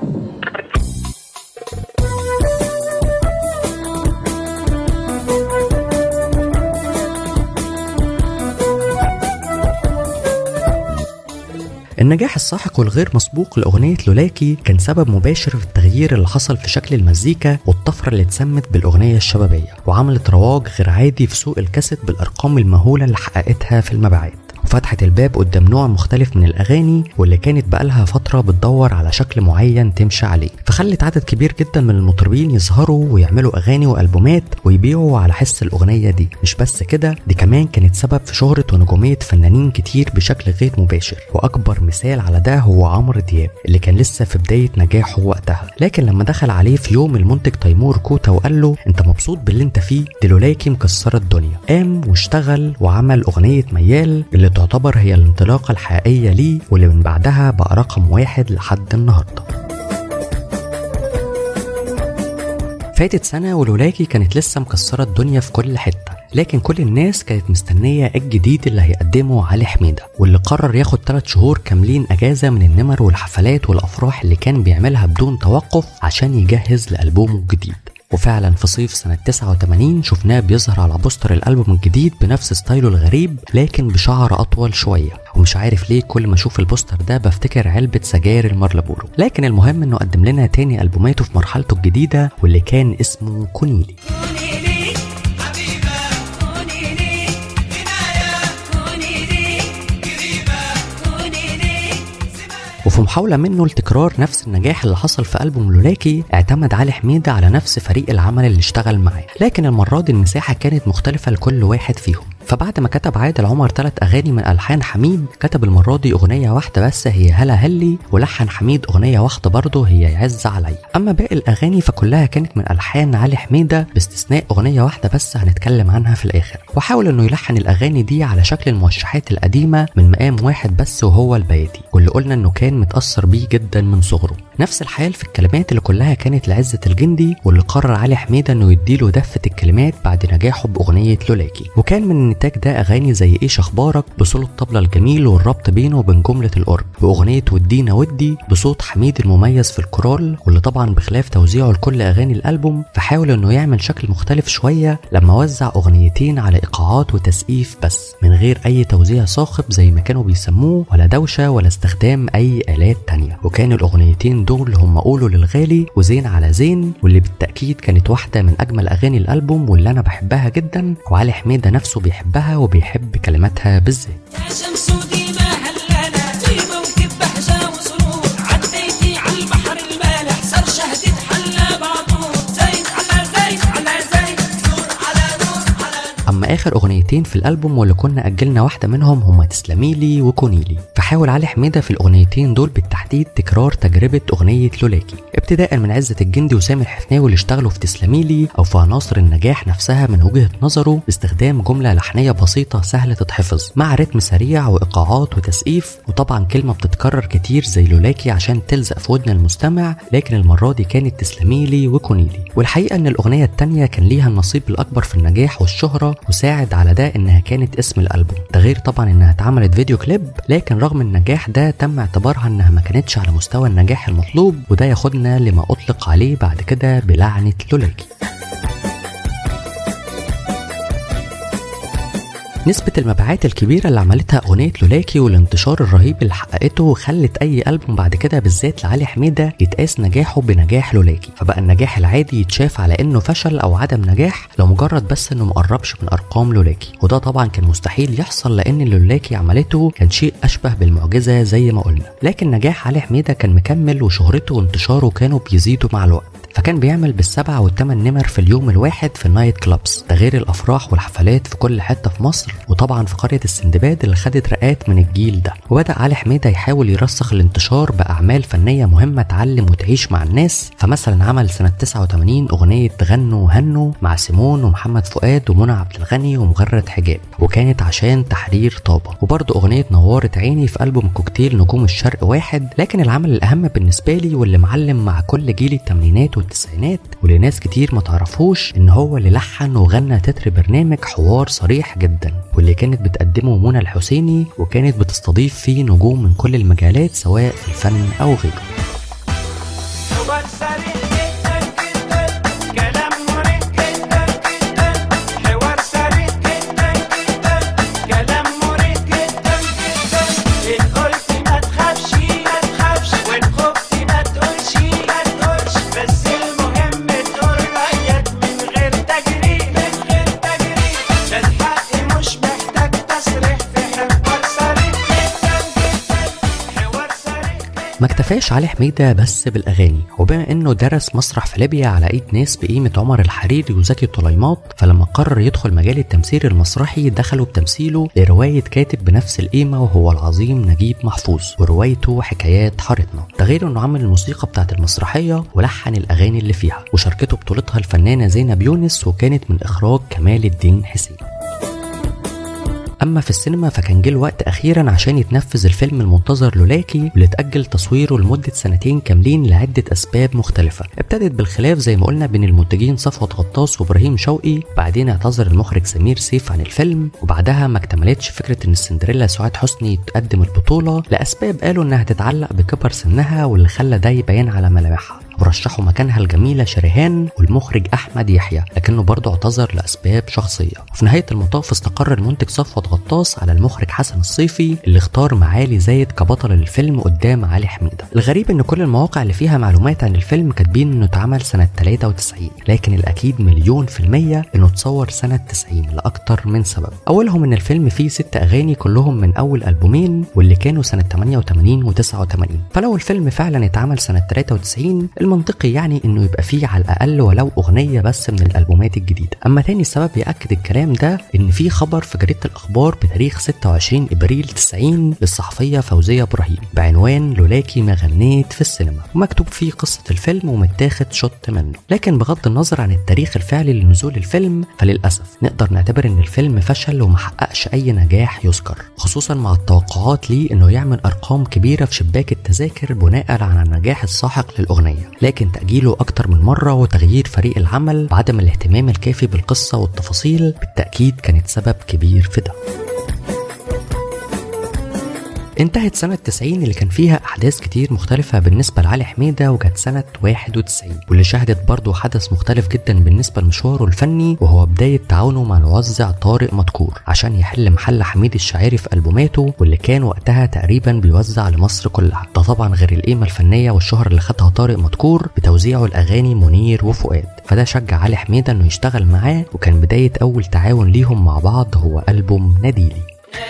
[SPEAKER 2] النجاح الساحق والغير مسبوق لأغنية لولاكي كان سبب مباشر في التغيير اللي حصل في شكل المزيكا والطفرة اللي اتسمت بالأغنية الشبابية، وعملت رواج غير عادي في سوق الكاسيت بالأرقام المهولة اللي حققتها في المبيعات، وفتحت الباب قدام نوع مختلف من الأغاني واللي كانت بقالها فترة بتدور على شكل معين تمشي عليه. فخلت عدد كبير جدا من المطربين يظهروا ويعملوا أغاني وألبومات ويبيعوا على حس الأغنية دي. مش بس كده، دي كمان كانت سبب في شهرة ونجومية فنانين كتير بشكل غير مباشر، وأكبر مثال على ده هو عمرو دياب اللي كان لسه في بداية نجاحه وقتها. لكن لما دخل عليه في يوم المنتج تيمور كوتا وقال له انت مبسوط باللي انت فيه، دي لولاكي مكسرة الدنيا، قام واشتغل وعمل أغنية ميال اللي تعتبر هي الانطلاقة الحقيقية ليه، واللي من بعدها بقى رقم واحد لحد النهاردة. فاتت سنة ولولاكي كانت لسه مكسرة الدنيا في كل حتة، لكن كل الناس كانت مستنية الجديد اللي هيقدمه علي حميدة، واللي قرر ياخد ثلاث شهور كاملين اجازة من النمر والحفلات والافراح اللي كان بيعملها بدون توقف عشان يجهز لألبومه الجديد. وفعلا في صيف سنة تسعة وثمانين شفناه بيظهر على بوستر الألبوم الجديد بنفس ستايله الغريب لكن بشعر أطول شوية. ومش عارف ليه كل ما أشوف البوستر ده بفتكر علبة سجاير المارلبورو. لكن المهم إنه قدم لنا تاني ألبوماته في مرحلته الجديدة واللي كان اسمه كونيلي. وفي محاولة منه لتكرار نفس النجاح اللي حصل في ألبوم لولاكي اعتمد علي حميدة على نفس فريق العمل اللي اشتغل معاه، لكن المرة دي المساحة كانت مختلفة لكل واحد فيهم. فبعد ما كتب عادل عمر ثلاث أغاني من ألحان حميد، كتب المرة دي أغنية واحدة بس هي هلا هلي، ولحن حميد أغنية واحدة برضه هي يعز علي. أما باقي الأغاني فكلها كانت من ألحان علي حميدة باستثناء أغنية واحدة بس هنتكلم عنها في الآخر. وحاول إنه يلحن الأغاني دي على شكل الموشحات القديمة من مقام واحد بس وهو البياتي، واللي قلنا إنه كان متأثر بيه جدا من صغره. نفس الحال في الكلمات اللي كلها كانت لعزة الجندي، واللي قرر علي حميدة إنه يديله دفة الكلمات بعد نجاحه بأغنية لولاكي. وكان من النتاج ده أغاني زي إيش أخبارك بصوت الطبلة الجميل والربط بينه وبين جملة القرب، وأغنية ودينا ودي بصوت حميد المميز في الكورال، واللي طبعا بخلاف توزيعه لكل أغاني الألبوم فحاول إنه يعمل شكل مختلف شوية لما وزع أغنيتين على إيقاعات وتسقيف بس من غير أي توزيع صاخب زي ما كانوا بيسموه، ولا دوشة ولا استخدام أي آلات تانية. وكان الأغنيتين دول هم قولوا للغالي وزين على زين، واللي بالتأكيد كانت واحدة من أجمل أغاني الألبوم واللي أنا بحبها جدا، وعلي حميدة نفسه بيحبها وبيحب كلماتها بالذات. أما آخر أغنيتين في الألبوم واللي كنا أجلنا واحدة منهم هما تسلميلي وكونيلي، فحاول علي حميدة في الأغنيتين دول بالتحديد تكرار تجربة أغنية لولاكي، ابتداء من عزة الجندي وسامي الحفناوي اللي اشتغلوا في تسلميلي أو في عناصر النجاح نفسها من وجهة نظره باستخدام جملة لحنية بسيطة سهلة تتحفظ مع رتم سريع وإيقاعات وتسقيف، وطبعا كلمة بتتكرر كتير زي لولاكي عشان تلزق في ودن المستمع، لكن المرة دي كانت تسلميلي وكونيلي. والحقيقة إن الأغنية التانية كان ليها النصيب الأكبر في النجاح والشهرة، وساعد على ده انها كانت اسم الالبوم، ده غير طبعا انها اتعملت فيديو كليب، لكن رغم النجاح ده تم اعتبارها انها ما كانتش على مستوى النجاح المطلوب، وده ياخدنا لما اطلق عليه بعد كده بلعنة لولاكي. نسبة المبيعات الكبيرة اللي عملتها أغنية لولاكي والانتشار الرهيب اللي حققته خلت أي ألبوم بعد كده بالذات لعلي حميدة يتقاس نجاحه بنجاح لولاكي، فبقى النجاح العادي يتشاف على إنه فشل أو عدم نجاح لو مجرد بس إنه مقربش من أرقام لولاكي، وده طبعا كان مستحيل يحصل لأن اللي لولاكي عملته كان شيء أشبه بالمعجزة زي ما قلنا. لكن نجاح علي حميدة كان مكمل، وشهرته وانتشاره كانوا بيزيدوا مع الوقت، فكان بيعمل بالسبع والثمان نمر في اليوم الواحد في النايت كلابس، ده غير الافراح والحفلات في كل حته في مصر، وطبعا في قريه السندباد اللي خدت رقات من الجيل ده. وبدا علي حميدة يحاول يرسخ الانتشار باعمال فنيه مهمه تعلم وتعيش مع الناس، فمثلا عمل سنه تسعة وثمانين اغنيه غنوا وهنوا مع سيمون ومحمد فؤاد ومنى عبد الغني ومغرد حجاب، وكانت عشان تحرير طابه، وبرضه اغنيه نورت عيني في البوم كوكتيل نجوم الشرق واحد. لكن العمل الاهم بالنسبه لي واللي معلم مع كل جيل الثمانينات والتسعينات واللي ناس كتير ما تعرفوش ان هو اللي لحن وغنى تتر برنامج حوار صريح جدا، واللي كانت بتقدمه منى الحسيني، وكانت بتستضيف فيه نجوم من كل المجالات سواء في الفن او غيره. ما اكتفاش علي حميدة بس بالأغاني، وبما انه درس مسرح في ليبيا على ايد ناس بقيمة عمر الحريري وزكي طليمات، فلما قرر يدخل مجال التمثيل المسرحي دخلوا بتمثيله لرواية كاتب بنفس القيمة وهو العظيم نجيب محفوظ، وروايته حكايات حارتنا، ده غير انه عمل الموسيقى بتاعت المسرحية ولحن الأغاني اللي فيها، وشاركته بطولتها الفنانة زينب يونس، وكانت من إخراج كمال الدين حسين. اما في السينما فكان جه الوقت اخيرا عشان يتنفذ الفيلم المنتظر لولاكي، واللي اتاجل تصويره لمده سنتين كاملين لعده اسباب مختلفه. ابتدت بالخلاف زي ما قلنا بين المنتجين صفوت غطاس وابراهيم شوقي، بعدين اعتذر المخرج سمير سيف عن الفيلم، وبعدها ما اكتملتش فكره ان السندريلا سعاد حسني تقدم البطوله لاسباب قالوا انها تتعلق بكبر سنها واللي خلى ده يبين على ملامحها. ورشحوا مكانها الجميلة شريهان والمخرج أحمد يحيى، لكنه برضه اعتذر لأسباب شخصية. وفي نهاية المطاف استقر المنتج صفوت غطاس على المخرج حسن الصيفي اللي اختار معالي زايد كبطل للفيلم قدام علي حميدة. الغريب ان كل المواقع اللي فيها معلومات عن الفيلم كاتبين انه اتعمل سنة ثلاثة وتسعين، لكن الأكيد مليون في المية انه اتصور سنة تسعين لأكتر من سبب. أولهم ان الفيلم فيه ست أغاني كلهم من أول ألبومين واللي كانوا سنة ثمانية وثمانين و تسعة وثمانين، فلو الفيلم فعلا اتعمل سنة ثلاثة وتسعين المنطقي يعني انه يبقى فيه على الأقل ولو أغنية بس من الألبومات الجديدة. أما تاني سبب يأكد الكلام ده ان في خبر في جريدة الأخبار بتاريخ ستة وعشرين إبريل تسعين للصحفية فوزية إبراهيم بعنوان لولاكي ما غنيت في السينما، ومكتوب فيه قصة الفيلم ومتاخد شوت منه. لكن بغض النظر عن التاريخ الفعلي لنزول الفيلم فللأسف نقدر نعتبر ان الفيلم فشل ومحققش أي نجاح يذكر، خصوصا مع التوقعات ليه انه يعمل أرقام كبيرة في شباك التذاكر بناء على النجاح الساحق للأغنية، لكن تأجيله أكتر من مرة وتغيير فريق العمل وعدم الاهتمام الكافي بالقصة والتفاصيل بالتأكيد كانت سبب كبير في ده. انتهت سنة تسعين اللي كان فيها أحداث كتير مختلفة بالنسبة لعلي حميدة، وجت سنة واحد وتسعين واللي شهدت برضو حدث مختلف جدا بالنسبة لمشواره الفني، وهو بداية تعاونه مع الموزع طارق مدكور عشان يحل محل حميد الشاعري في ألبوماته واللي كان وقتها تقريبا بيوزع لمصر كلها. ده طبعا غير القيمة الفنية والشهرة اللي خدها طارق مدكور بتوزيعه الأغاني منير وفؤاد، فده شجع علي حميدة انه يشتغل معاه، وكان بداية أول تعاون ليهم مع بعض هو ألبوم ناديلي.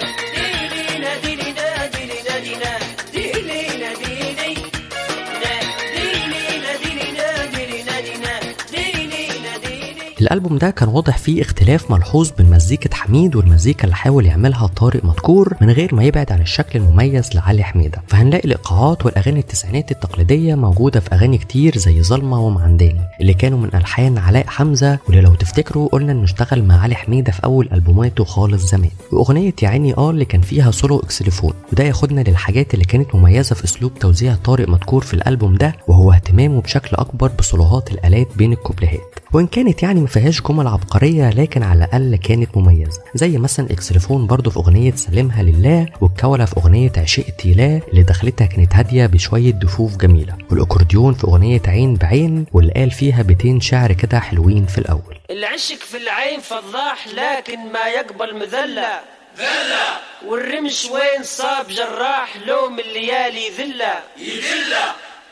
[SPEAKER 2] الألبوم ده كان واضح فيه اختلاف ملحوظ بين مزيكة حميد والمزيكا اللي حاول يعملها طارق مدكور من غير ما يبعد عن الشكل المميز لعلي حميدة، فهنلاقي الإيقاعات والأغاني التسعينات التقليدية موجودة في أغاني كتير زي ظلمة ومعنداني اللي كانوا من ألحان علاء حمزة، واللي لو تفتكروا قلنا إنه اشتغل مع علي حميدة في أول ألبوماته خالص زمان، وأغنية يا عيني آه اللي كان فيها سولو إكسليفون. وده ياخدنا للحاجات اللي كانت مميزة في أسلوب توزيع طارق مدكور في الألبوم ده، وهو اهتمامه بشكل أكبر بصلوهات الآلات بين الكوبليهات، وإن كانت يعني مفيهاش جمل عبقرية لكن على الأقل كانت مميزة، زي مثلا الإكسليفون برضو في أغنية سلمها لله، والكولة في أغنية عشقتي لا اللي دخلتها كانت هادية بشوية دفوف جميلة، والأكورديون في أغنية عين بعين واللي قال فيها بيتين شعر كده حلوين في الأول.
[SPEAKER 6] العشق في العين فضاح لكن ما يقبل مذلة ذلة، والرمش وين صاب جراح لوم الليالي ذلة يذلة،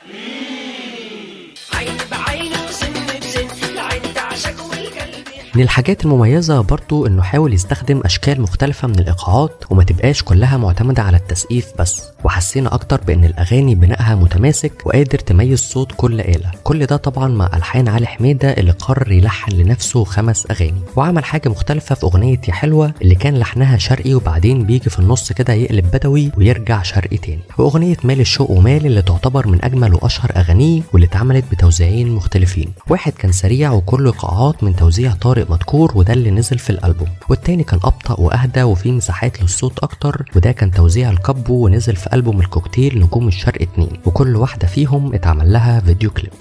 [SPEAKER 6] عين بعين وسن بسن العين تعشق والقلب.
[SPEAKER 2] من الحاجات المميزة برضو انه حاول يستخدم اشكال مختلفة من الايقاعات وما تبقاش كلها معتمدة على التسقيف بس، وحسينا اكتر بان الاغاني بنائها متماسك وقادر تميز صوت كل آلة. كل ده طبعا مع الحان علي حميدة اللي قرر يلحن لنفسه خمس اغاني، وعمل حاجة مختلفة في اغنية يا حلوة اللي كان لحنها شرقي وبعدين بيجي في النص كده يقلب بدوي ويرجع شرقي تاني، واغنية مال الشوق ومال اللي تعتبر من اجمل واشهر اغانيه واللي اتعملت بتوزيعين مختلفين، واحد كان سريع وكله ايقاعات من توزيع طارق مدكور وده اللي نزل في الألبوم، والتاني كان أبطأ وأهدى وفيه مساحات للصوت أكتر وده كان توزيع الكابو ونزل في ألبوم الكوكتيل نجوم الشرق اتنين، وكل واحدة فيهم اتعمل لها فيديو كليب.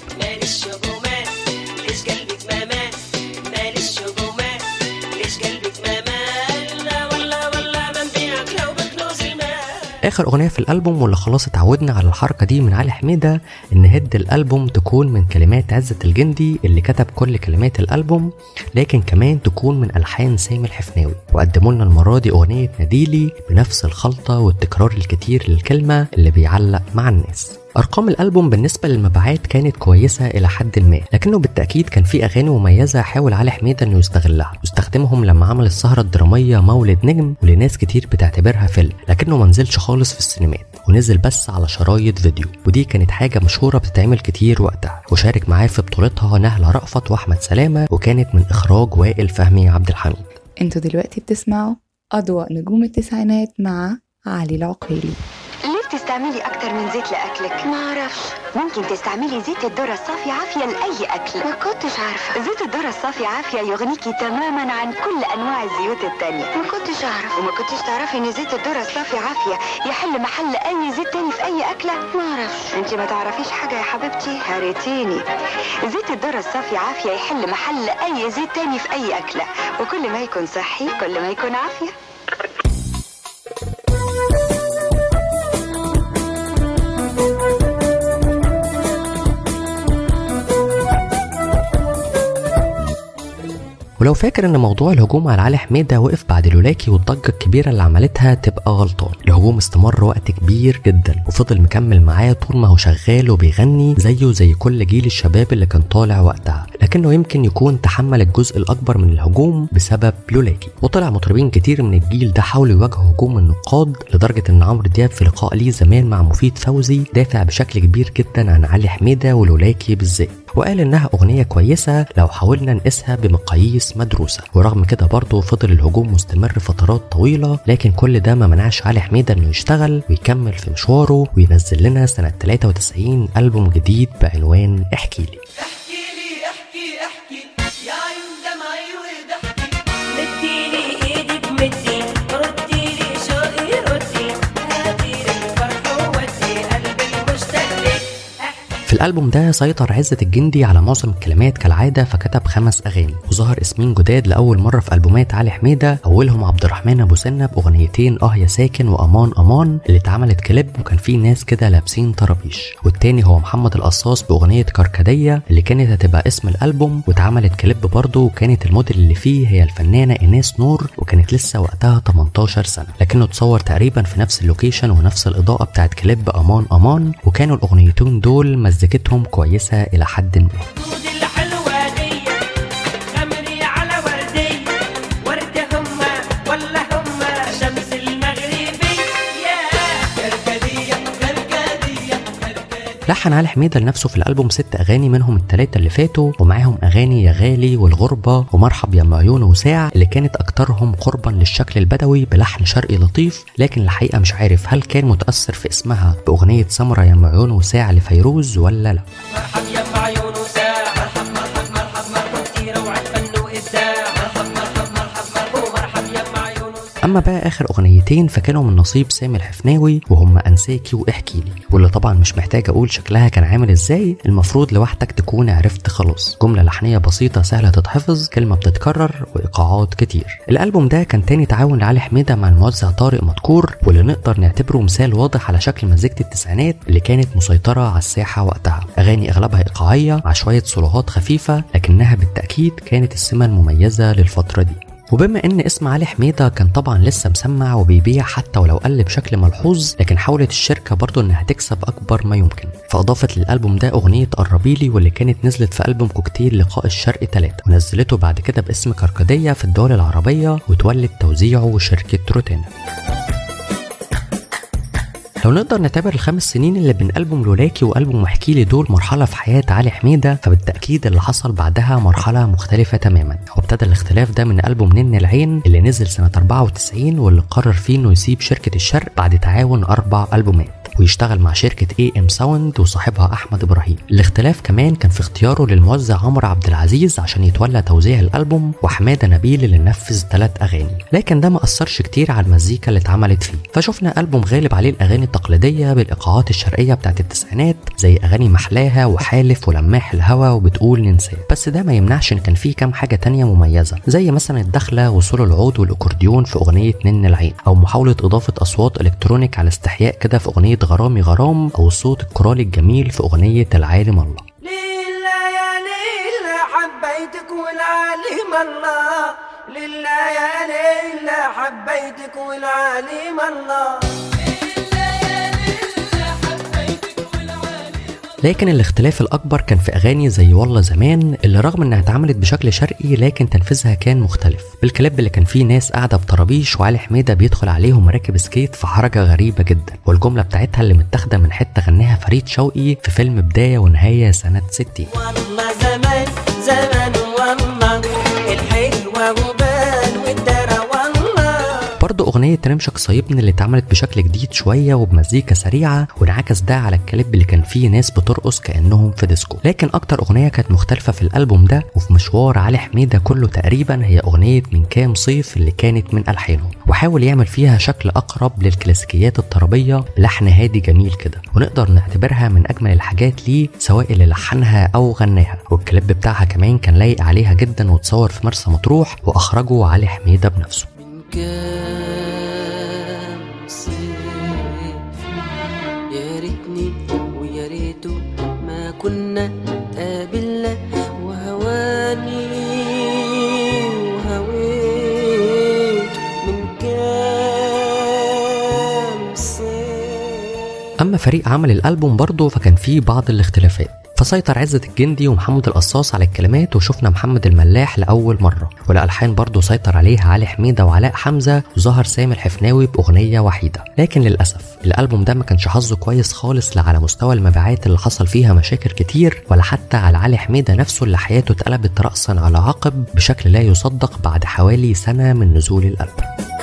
[SPEAKER 2] اخر اغنيه في الالبوم واللي خلاص اتعودنا على الحركه دي من علي حميدة ان هد الالبوم تكون من كلمات عزت الجندي اللي كتب كل كلمات الالبوم، لكن كمان تكون من الحان سامي الحفناوي، وقدموا لنا المره دي اغنيه ناديلي بنفس الخلطه والتكرار الكتير للكلمه اللي بيعلق مع الناس. ارقام الالبوم بالنسبه للمبيعات كانت كويسه الى حد ما، لكنه بالتاكيد كان في اغاني مميزه حاول علي حميدة انه يستغلها واستخدمهم لما عمل السهره الدراميه مولد نجم واللي ناس كتير بتعتبرها فيلم، لكنه ما نزلش خالص في السينمات ونزل بس على شرايط فيديو، ودي كانت حاجه مشهوره بتتعمل كتير وقتها، وشارك معاه في بطولتها نهله رأفت واحمد سلامه، وكانت من اخراج وائل فهمي عبد الحميد.
[SPEAKER 1] انتوا دلوقتي بتسمعوا اضواء نجوم التسعينات مع علي العقيلي.
[SPEAKER 7] تستعملي أكتر من زيت لأكلك؟ ما أعرفش. ممكن تستعملي زيت الذرة الصافي عافية لأي أكل. ما كنتش عارفة. زيت الذرة الصافي عافية يغنيكي تماما عن كل أنواع الزيوت التانية. ما كنتش أعرف. وما كنتش تعرفي إن زيت الذرة الصافي عافية يحل محل أي زيت تاني في أي أكلة؟ ما أعرفش. أنت ما تعرفيش حاجة يا حبيبتي؟ هريتيني. زيت الذرة الصافي عافية يحل محل أي زيت تاني في أي أكلة، وكل ما يكون صحي كل ما يكون عافية.
[SPEAKER 2] ولو فاكر ان موضوع الهجوم على علي حميدة وقف بعد لولاكي والضجة الكبيرة اللي عملتها تبقى غلطان. الهجوم استمر وقت كبير جدا وفضل مكمل معاه طول ما هو شغال وبيغني زيه زي كل جيل الشباب اللي كان طالع وقتها، لكنه يمكن يكون تحمل الجزء الاكبر من الهجوم بسبب لولاكي. وطلع مطربين كتير من الجيل ده حاولوا يواجهوا هجوم النقاد، لدرجة ان عمرو دياب في لقاء ليه زمان مع مفيد فوزي دافع بشكل كبير جدا عن علي حميدة ولولاكي بالذات، وقال انها اغنية كويسة لو حاولنا نقيسها بمقاييس مدروسة. ورغم كده برضه فضل الهجوم مستمر فترات طويلة، لكن كل ده ما منعش علي حميدة انه يشتغل ويكمل في مشواره وينزل لنا سنة ثلاثة وتسعين ألبوم جديد بعنوان احكي لي.
[SPEAKER 8] احكي لي احكي احكي يا عيون دمعي وضحكي، مدي لي ايدك مدي ردي لي شوقي ردي، هاتي لي الفرح وودي قلبي مشتاق لك.
[SPEAKER 2] في الألبوم ده سيطر عزت الجندي على معظم الكلمات كالعادة، فكتب خمس أغاني، وظهر اسمين جداد لأول مرة في ألبومات علي حميدة، أولهم عبد الرحمن أبو سنة بأغنيتين آه يا ساكن وأمان أمان اللي اتعملت كليب وكان فيه ناس كده لابسين طرابيش، والتاني هو محمد القصاص بأغنية كركدية اللي كانت هتبقى اسم الألبوم واتعملت كليب برضه، وكانت الموديل اللي فيه هي الفنانة إيناس نور وكانت لسه وقتها تمنتاشر سنة، لكنه اتصور تقريبا في نفس اللوكيشن ونفس الإضاءة بتاعت كليب أمان أمان، وكانوا الأغنيتين دول مزيكتهم كويسة إلى حد ما. لحن علي حميدة لنفسه في الألبوم ست أغاني منهم الثلاثة اللي فاتوا، ومعاهم أغاني يا غالي والغربة ومرحب يا عيون وساع اللي كانت أكترهم قربا للشكل البدوي بلحن شرقي لطيف، لكن الحقيقة مش عارف هل كان متأثر في اسمها بأغنية سمرة يا عيون وساع لفيروز ولا لا.
[SPEAKER 8] مرحب يا عيون وساع، مرحب مرحب مرحب مرحب كتير وعد فن وإبداع، مرحب مرحب مرحب مرحب مرحب يا عيون وساع.
[SPEAKER 2] أما بقى آخر أغنيتين فكانوا من نصيب سامي الحفناوي وهم أنساكي وإحكي لي، واللي طبعا مش محتاج أقول شكلها كان عامل إزاي، المفروض لوحدك تكون عرفت خلاص. جملة لحنية بسيطة سهلة تتحفظ، كلمة بتتكرر وإيقاعات كتير. الألبوم ده كان تاني تعاون لعلي حميدة مع الموزع طارق مدكور، واللي نقدر نعتبره مثال واضح على شكل مزيكة التسعينات اللي كانت مسيطرة على الساحة وقتها. أغاني أغلبها إيقاعية مع شوية صلوات خفيفة، لكنها بالتأكيد كانت السمة المميزة للفترة دي. وبما ان اسم علي حميدة كان طبعا لسه مسمع وبيبيع حتى ولو قل بشكل ملحوظ، لكن حاولت الشركة برضو انها تكسب اكبر ما يمكن، فاضافت للالبوم ده اغنية قربيلي واللي كانت نزلت في البوم كوكتيل لقاء الشرق ثلاثة، ونزلته بعد كده باسم كركدية في الدول العربية وتولد توزيعه شركة روتانا. لو نقدر نعتبر الخمس سنين اللي بين ألبوم لولاكي وألبوم احكي لي دول مرحلة في حياة علي حميدة، فبالتأكيد اللي حصل بعدها مرحلة مختلفة تماما، وابتدى الاختلاف ده من ألبوم نن العين اللي نزل سنة أربعة وتسعين واللي قرر فيه انه يسيب شركة الشرق بعد تعاون أربع ألبومات ويشتغل مع شركة اي ام ساوند وصاحبها احمد ابراهيم. الاختلاف كمان كان في اختياره للموزع عمرو عبد العزيز عشان يتولى توزيع الالبوم، وحماده نبيل اللي نفذ ثلاث اغاني، لكن ده ما اثرش كتير على المزيكا اللي اتعملت فيه، فشفنا البوم غالب عليه الاغاني التقليديه بالايقاعات الشرقيه بتاعت التسعينات زي اغاني محلاها وحالف ولماح الهوى وبتقول ننساه، بس ده ما يمنعش ان كان فيه كام حاجه تانية مميزه زي مثلا الدخله وصول العود والاكورديون في اغنيه نن العين، او محاوله اضافه اصوات الكترونيك على استحياء كده في اغنيه غرامي غرام، او الصوت الكورالي الجميل في اغنيه العالم الله.
[SPEAKER 8] لله يا لله حبيتك والعالم الله، لله يا لله حبيتك والعالم الله.
[SPEAKER 2] لكن الاختلاف الأكبر كان في أغاني زي والله زمان اللي رغم إنها اتعملت بشكل شرقي لكن تنفيذها كان مختلف، بالكليب اللي كان فيه ناس قاعدة بطرابيش وعلي حميدة بيدخل عليهم راكب سكيت في حركة غريبة جدا، والجملة بتاعتها اللي متاخدة من حتة غناها فريد شوقي في فيلم بداية ونهاية سنة ستين.
[SPEAKER 8] والله زمان زمان والله الحلوة وبان والدرى والله.
[SPEAKER 2] برضه أغنية رمشك صايبني اللي اتعملت بشكل جديد شوية وبمزيكا سريعة، وانعكس ده على الكليب اللي كان فيه ناس بترقص كأنهم في ديسكو. لكن أكتر أغنية كانت مختلفة في الألبوم ده وفي مشوار علي حميدة كله تقريبا هي أغنية من كام صيف اللي كانت من ألحانه، وحاول يعمل فيها شكل أقرب للكلاسيكيات الطربية بلحن هادي جميل كده، ونقدر نعتبرها من أجمل الحاجات ليه سواء اللي لحنها أو غناها، والكليب بتاعها كمان كان لايق عليها جدا وتصور في مرسى مطروح وأخرجه علي حميدة بنفسه.
[SPEAKER 8] كام صيف يا ريتني ويا ريته ما كنا قابلنا وهواني
[SPEAKER 2] أما فريق عمل الألبوم برضه فكان فيه بعض الاختلافات، فسيطر عزت الجندي ومحمد القصاص على الكلمات، وشفنا محمد الملاح لأول مرة، والألحان برضو سيطر عليها علي حميدة وعلاء حمزة، وظهر سامي الحفناوي بأغنية وحيدة. لكن للأسف الألبوم ده ما كانش حظه كويس خالص، لا على مستوى المبيعات اللي حصل فيها مشاكل كتير، ولا حتى على علي حميدة نفسه اللي حياته اتقلبت رأسا على عقب بشكل لا يصدق بعد حوالي سنة من نزول الألبوم.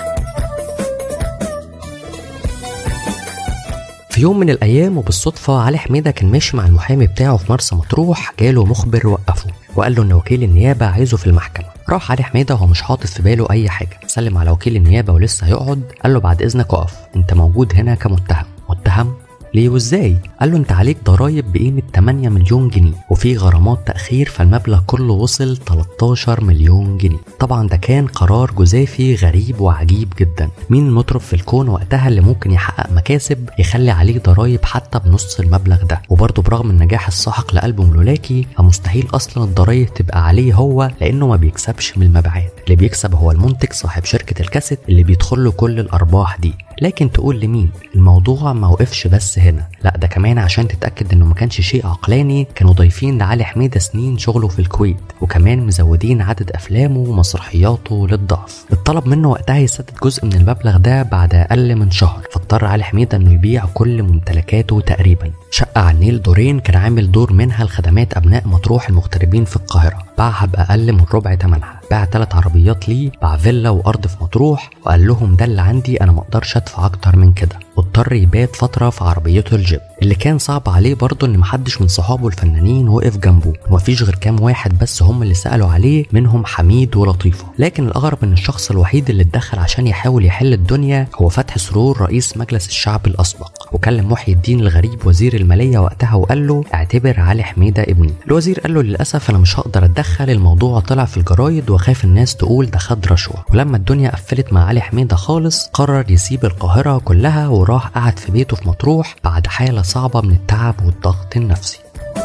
[SPEAKER 2] في يوم من الأيام وبالصدفة علي حميدة كان ماشي مع المحامي بتاعه في مرسى مطروح، جاله مخبر وقفه وقال له إن وكيل النيابة عايزه في المحكمة. راح علي حميدة وهو مش حاطط في باله أي حاجة، سلم على وكيل النيابة ولسه هيقعد، قال له بعد إذنك اقف، أنت موجود هنا كمتهم. متهم؟ ليه وازاي؟ قال له انت عليك ضرايب بقيمة ثمانية مليون جنيه وفي غرامات تأخير، فالمبلغ كله وصل تلتاشر مليون جنيه. طبعا ده كان قرار جزافي غريب وعجيب جدا. مين المطرب في الكون وقتها اللي ممكن يحقق مكاسب يخلي عليه ضرايب حتى بنص المبلغ ده؟ وبرضه برغم النجاح الساحق لألبوم لولاكي فمستحيل اصلا الضرايب تبقى عليه هو، لانه ما بيكسبش من المبيعات، اللي بيكسب هو المنتج صاحب شركة الكاسيت اللي بيدخل له كل الارباح دي. لكن تقول لمين؟ الموضوع ما وقفش بس هنا، لا ده كمان عشان تتأكد انه ما كانش شيء عقلاني كانوا ضايفين لعلي حميدة سنين شغله في الكويت، وكمان مزودين عدد افلامه ومسرحياته للضعف. الطلب منه وقتها يسدد جزء من المبلغ ده بعد اقل من شهر، فاضطر علي حميدة انه يبيع كل ممتلكاته تقريبا. شقة على النيل دورين كان عامل دور منها لخدمات ابناء مطروح المغتربين في القاهرة، باعها باقل من ربع ثمنها. باع ثلاث عربيات ليه، باع فيلا وارض في مطروح، وقال لهم ده اللي عندي، انا ما اقدرش ادفع اكتر من كده. واضطر يبات فتره في عربيته الجيب. اللي كان صعب عليه برضه ان محدش من صحابه الفنانين وقف جنبه، ومفيش غير كام واحد بس هم اللي سالوا عليه، منهم حميد ولطيفه. لكن الاغرب ان الشخص الوحيد اللي اتدخل عشان يحاول يحل الدنيا هو فتحي سرور رئيس مجلس الشعب الاسبق، وكلم محي الدين الغريب وزير الماليه وقتها وقال له اعتبر علي حميدة ابني. الوزير قال له للاسف انا مش هقدر اتدخل، الموضوع طلع في الجرايد وخاف الناس تقول ده خد رشوه. ولما الدنيا قفلت مع علي حميدة خالص قرر يسيب القاهره كلها وراح قعد في بيته في مطروح بعد حاله صعبه من التعب والضغط النفسي.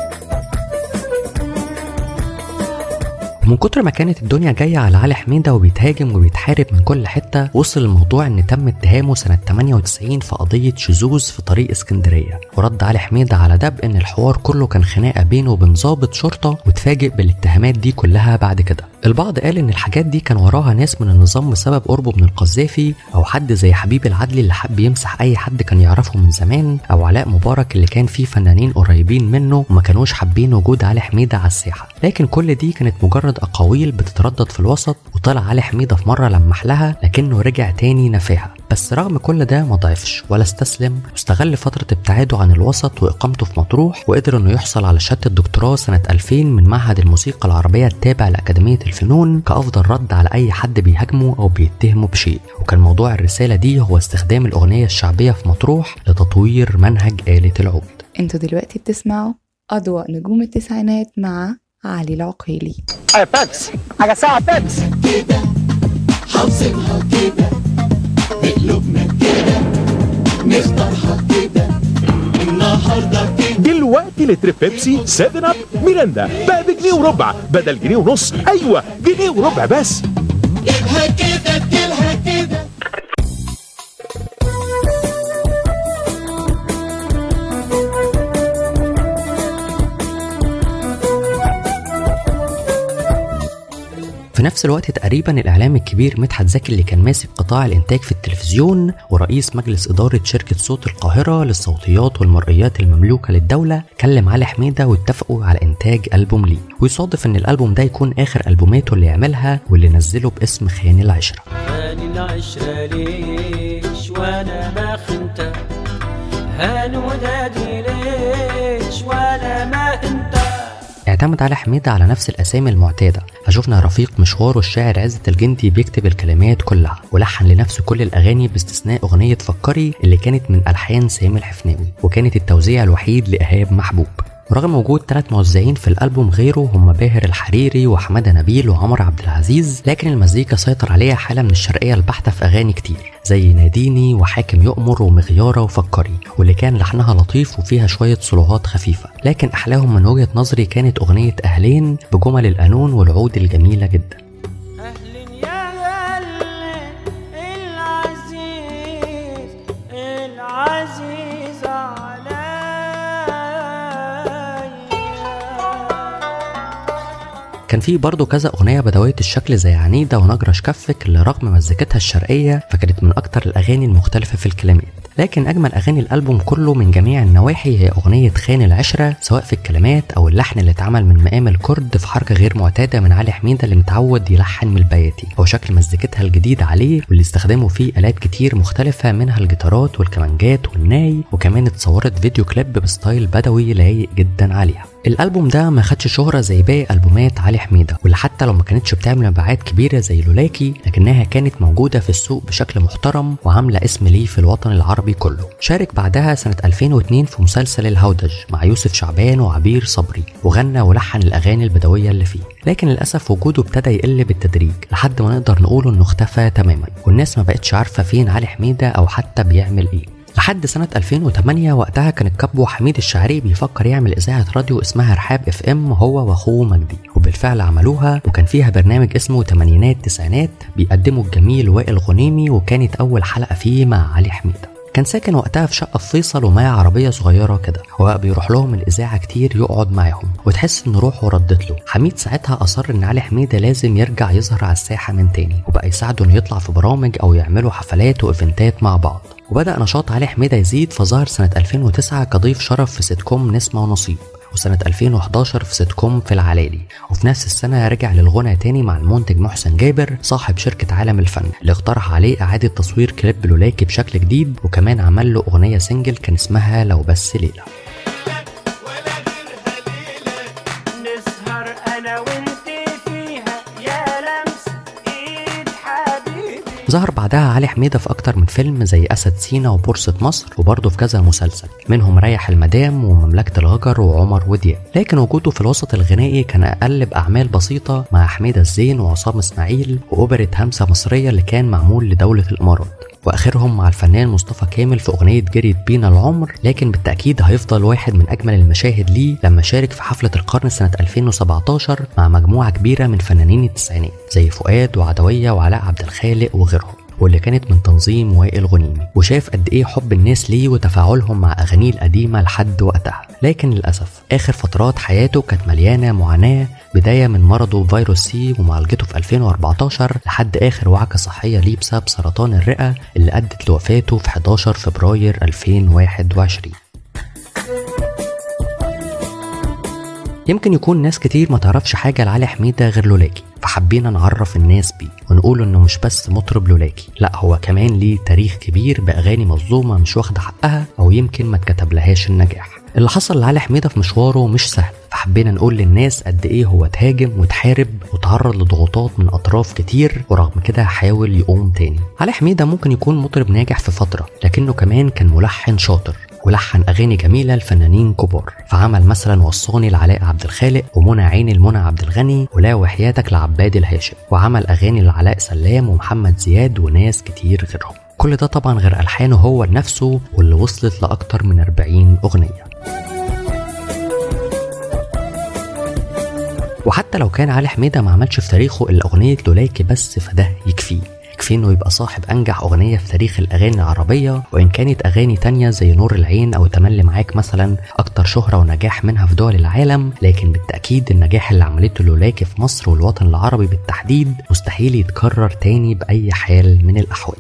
[SPEAKER 2] من كتر ما كانت الدنيا جايه على علي حميدة وبيتهاجم وبيتحارب من كل حته، وصل الموضوع ان تم اتهامه سنه ثمانية وتسعين في قضيه شذوذ في طريق اسكندريه. ورد علي حميدة على ده بان الحوار كله كان خناقه بينه وبين ضابط شرطه، واتفاجئ بالاتهامات دي كلها بعد كده. البعض قال ان الحاجات دي كان وراها ناس من النظام بسبب قربه من القذافي، او حد زي حبيب العدلي اللي حب يمسح اي حد كان يعرفه من زمان، او علاء مبارك اللي كان فيه فنانين قريبين منه وما كانوش حابين وجود علي حميدة على الساحه. لكن كل دي كانت مجرد اقاويل بتتردد في الوسط، وطلع علي حميدة في مره لمح لها لكنه رجع تاني نفاها. بس رغم كل ده ما ضعفش ولا استسلم، واستغل فتره ابتعاده عن الوسط واقامته في مطروح، وقدر انه يحصل على شهاده الدكتوراه سنه ألفين من معهد الموسيقى العربيه التابع لاكاديميه الفنون كافضل رد على اي حد بيهاجمه او بيتهمه بشيء. وكان موضوع الرساله دي هو استخدام الاغنيه الشعبيه في مطروح لتطوير منهج آلة العود.
[SPEAKER 1] انتوا دلوقتي بتسمعوا أضواء نجوم التسعينات مع علي العقيلي.
[SPEAKER 9] يا بيبس حاجه ساعه بيبس كده حوصلها كده بقلوبنا كده نختارها كده النهارده كده.
[SPEAKER 10] دلوقتي لتر بيبسي سيفن اب ميرندا بقى بجنيه وربع بدل جنيه ونص. ايوه جنيه وربع بس.
[SPEAKER 9] جيبها كده اديلها كده.
[SPEAKER 2] في نفس الوقت تقريبا الاعلام الكبير مدحت زكي اللي كان ماسك قطاع الانتاج في التلفزيون ورئيس مجلس اداره شركه صوت القاهره للصوتيات والمرئيات المملوكه للدوله كلم علي حميدة واتفقوا على انتاج البوم ليه. ويصادف ان الالبوم ده يكون اخر البوماته اللي يعملها واللي نزله باسم خان العشره.
[SPEAKER 6] خان العشره ليش وانا ما خنت، هان ودادي ليش وانا ما انت.
[SPEAKER 2] اعتمد علي حميدة على نفس الاسامي المعتاده، فشوفنا رفيق مشواره الشاعر عزت الجندي بيكتب الكلمات كلها، ولحن لنفسه كل الاغاني باستثناء اغنيه فكري اللي كانت من الحان سامي الحفناوي، وكانت التوزيع الوحيد لايهاب محبوب. ورغم وجود ثلاث موزعين في الالبوم غيره هم باهر الحريري وحماده نبيل وعمر عبد العزيز، لكن المزيكا سيطر عليها حاله من الشرقيه البحته في اغاني كتير زي ناديني وحاكم يؤمر ومغياره وفكري، واللي كان لحنها لطيف وفيها شويه صلوات خفيفه. لكن احلاهم من وجهه نظري كانت اغنيه اهلين بجمل القانون والعود الجميله جدا.
[SPEAKER 6] أهل يا العزيز العزيز
[SPEAKER 8] عزيزة عليا.
[SPEAKER 2] كان في برضه كذا أغنية بدوية الشكل زي عنيدة ونجرة شكفك اللي رغم مزيكتها الشرقية فكانت من أكتر الأغاني المختلفة في الكلمات. لكن أجمل أغاني الألبوم كله من جميع النواحي هي أغنية خان العشرة، سواء في الكلمات أو اللحن اللي اتعمل من مقام الكرد في حركة غير معتادة من علي حميدة اللي متعود يلحن من البياتي، أو شكل مزيكتها الجديد عليه واللي استخدموا فيه آلات كتير مختلفة منها الجيتارات والكمانجات والناي، وكمان اتصورت فيديو كليب بستايل بدوي لايق جدا عليها. الألبوم ده ما خدش شهرة زي باقي ألبومات علي حميدة، واللي حتى لو ما كانتش بتعمل مبيعات كبيرة زي لولاكي لكنها كانت موجودة في السوق بشكل محترم وعاملة اسم ليه في الوطن العربي كله. شارك بعدها سنة ألفين واثنين في مسلسل الهودج مع يوسف شعبان وعبير صبري، وغنى ولحن الأغاني البدوية اللي فيه، لكن للأسف وجوده ابتدى يقل بالتدريج لحد ما نقدر نقوله إنه اختفى تماما، والناس ما بقتش عارفة فين علي حميدة أو حتى بيعمل إيه. لحد سنة ألفين وثمانية وقتها كان الكابو حميد الشاعري بيفكر يعمل إذاعة راديو اسمها رحاب اف ام هو واخوه مجدي، وبالفعل عملوها وكان فيها برنامج اسمه تمانينات تسعينات بيقدمه الجميل وائل غنيمي، وكانت أول حلقة فيه مع علي حميدة. كان ساكن وقتها في شقة في فيصل ومعاه عربية صغيرة كده، وبقى بيروح لهم الإذاعة كتير يقعد معاهم وتحس إن روحه ردت له. حميد ساعتها أصر إن علي حميدة لازم يرجع يظهر على الساحة من تاني، وبقى يساعده إنه يطلع في برامج أو يعملوا حفلات وإيفنتات مع بعض. وبدأ نشاط علي حميدة يزيد، فظهر سنة ألفين وتسعة كضيف شرف في سيت كوم نسمة ونصيب، وسنة ألفين وحداشر في سيت كوم في العلالي، وفي نفس السنة رجع للغنى تاني مع المنتج محسن جابر صاحب شركة عالم الفن اللي اقترح عليه إعادة تصوير كليب لولاكي بشكل جديد، وكمان عمل له أغنية سنجل كان اسمها لو بس ليلة. ظهر بعدها علي حميدة في أكتر من فيلم زي أسد سينا وبورصة مصر، وبرضه في كذا مسلسل منهم ريح المدام ومملكة الهجر وعمر ودياب، لكن وجوده في الوسط الغنائي كان أقل بأعمال بسيطة مع حميدة الزين وعصام إسماعيل وأوبرة همسة مصرية اللي كان معمول لدولة الإمارات، واخرهم مع الفنان مصطفى كامل في اغنيه جريت بينا العمر. لكن بالتاكيد هيفضل واحد من اجمل المشاهد ليه لما شارك في حفله القرن سنه ألفين وسبعتاشر مع مجموعه كبيره من فنانين التسعينات زي فؤاد وعدويه وعلاء عبد الخالق وغيرهم، واللي كانت من تنظيم وائل غنيمي، وشاف قد ايه حب الناس ليه وتفاعلهم مع اغانيه القديمه لحد وقتها. لكن للاسف اخر فترات حياته كانت مليانه معاناه، بدايه من مرضه فيروس سي ومعالجته في ألفين وأربعتاشر لحد اخر وعكه صحيه ليه بسبب سرطان الرئه اللي ادت لوفاته في حداشر فبراير ألفين وواحد وعشرين. يمكن يكون ناس كتير ما تعرفش حاجة لعلي حميدة غير لولاكي، فحبينا نعرف الناس بيه ونقول انه مش بس مطرب لولاكي، لا هو كمان ليه تاريخ كبير بأغاني مظلومة مش واخدة حقها او يمكن ما اتكتب لهاش النجاح. اللي حصل لعلي حميدة في مشواره مش سهل، فحبينا نقول للناس قد ايه هو تهاجم وتحارب وتعرض لضغوطات من اطراف كتير، ورغم كده حاول يقوم تاني. علي حميدة ممكن يكون مطرب ناجح في فترة، لكنه كمان كان ملحن شاطر ولحن اغاني جميله لفنانين كبار، فعمل مثلا وصاني لعلاء عبد الخالق ومنى عيني لمنى عبد الغني ولا وحياتك لعباد الهاشم، وعمل اغاني لعلاء سلام ومحمد زياد وناس كتير غيرهم. كل ده طبعا غير الحانه هو لنفسه واللي وصلت لاكتر من أربعين اغنيه. وحتى لو كان علي حميدة ما عملش في تاريخه الا اغنيه لولاكي بس، فده يكفيه يكفي انه يبقى صاحب انجح اغنيه في تاريخ الاغاني العربيه، وان كانت اغاني تانية زي نور العين او تملي معاك مثلا اكتر شهره ونجاح منها في دول العالم، لكن بالتاكيد النجاح اللي عملته لولاكي في مصر والوطن العربي بالتحديد مستحيل يتكرر تاني باي حال من الاحوال.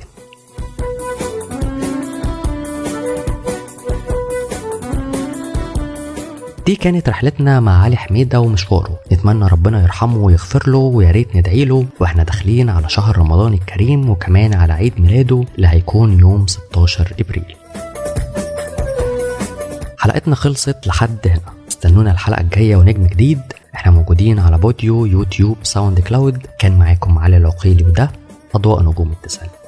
[SPEAKER 2] دي كانت رحلتنا مع علي حميدة ومشواره، نتمنى ربنا يرحمه ويغفر له، ويا ريت ندعي له واحنا داخلين على شهر رمضان الكريم وكمان على عيد ميلاده اللي هيكون يوم ستاشر ابريل. حلقتنا خلصت لحد هنا، استنونا الحلقة الجاية ونجم جديد. احنا موجودين على بوديو، يوتيوب، ساوند كلاود. كان معاكم علي العقيلي وده أضواء نجوم التسعينات.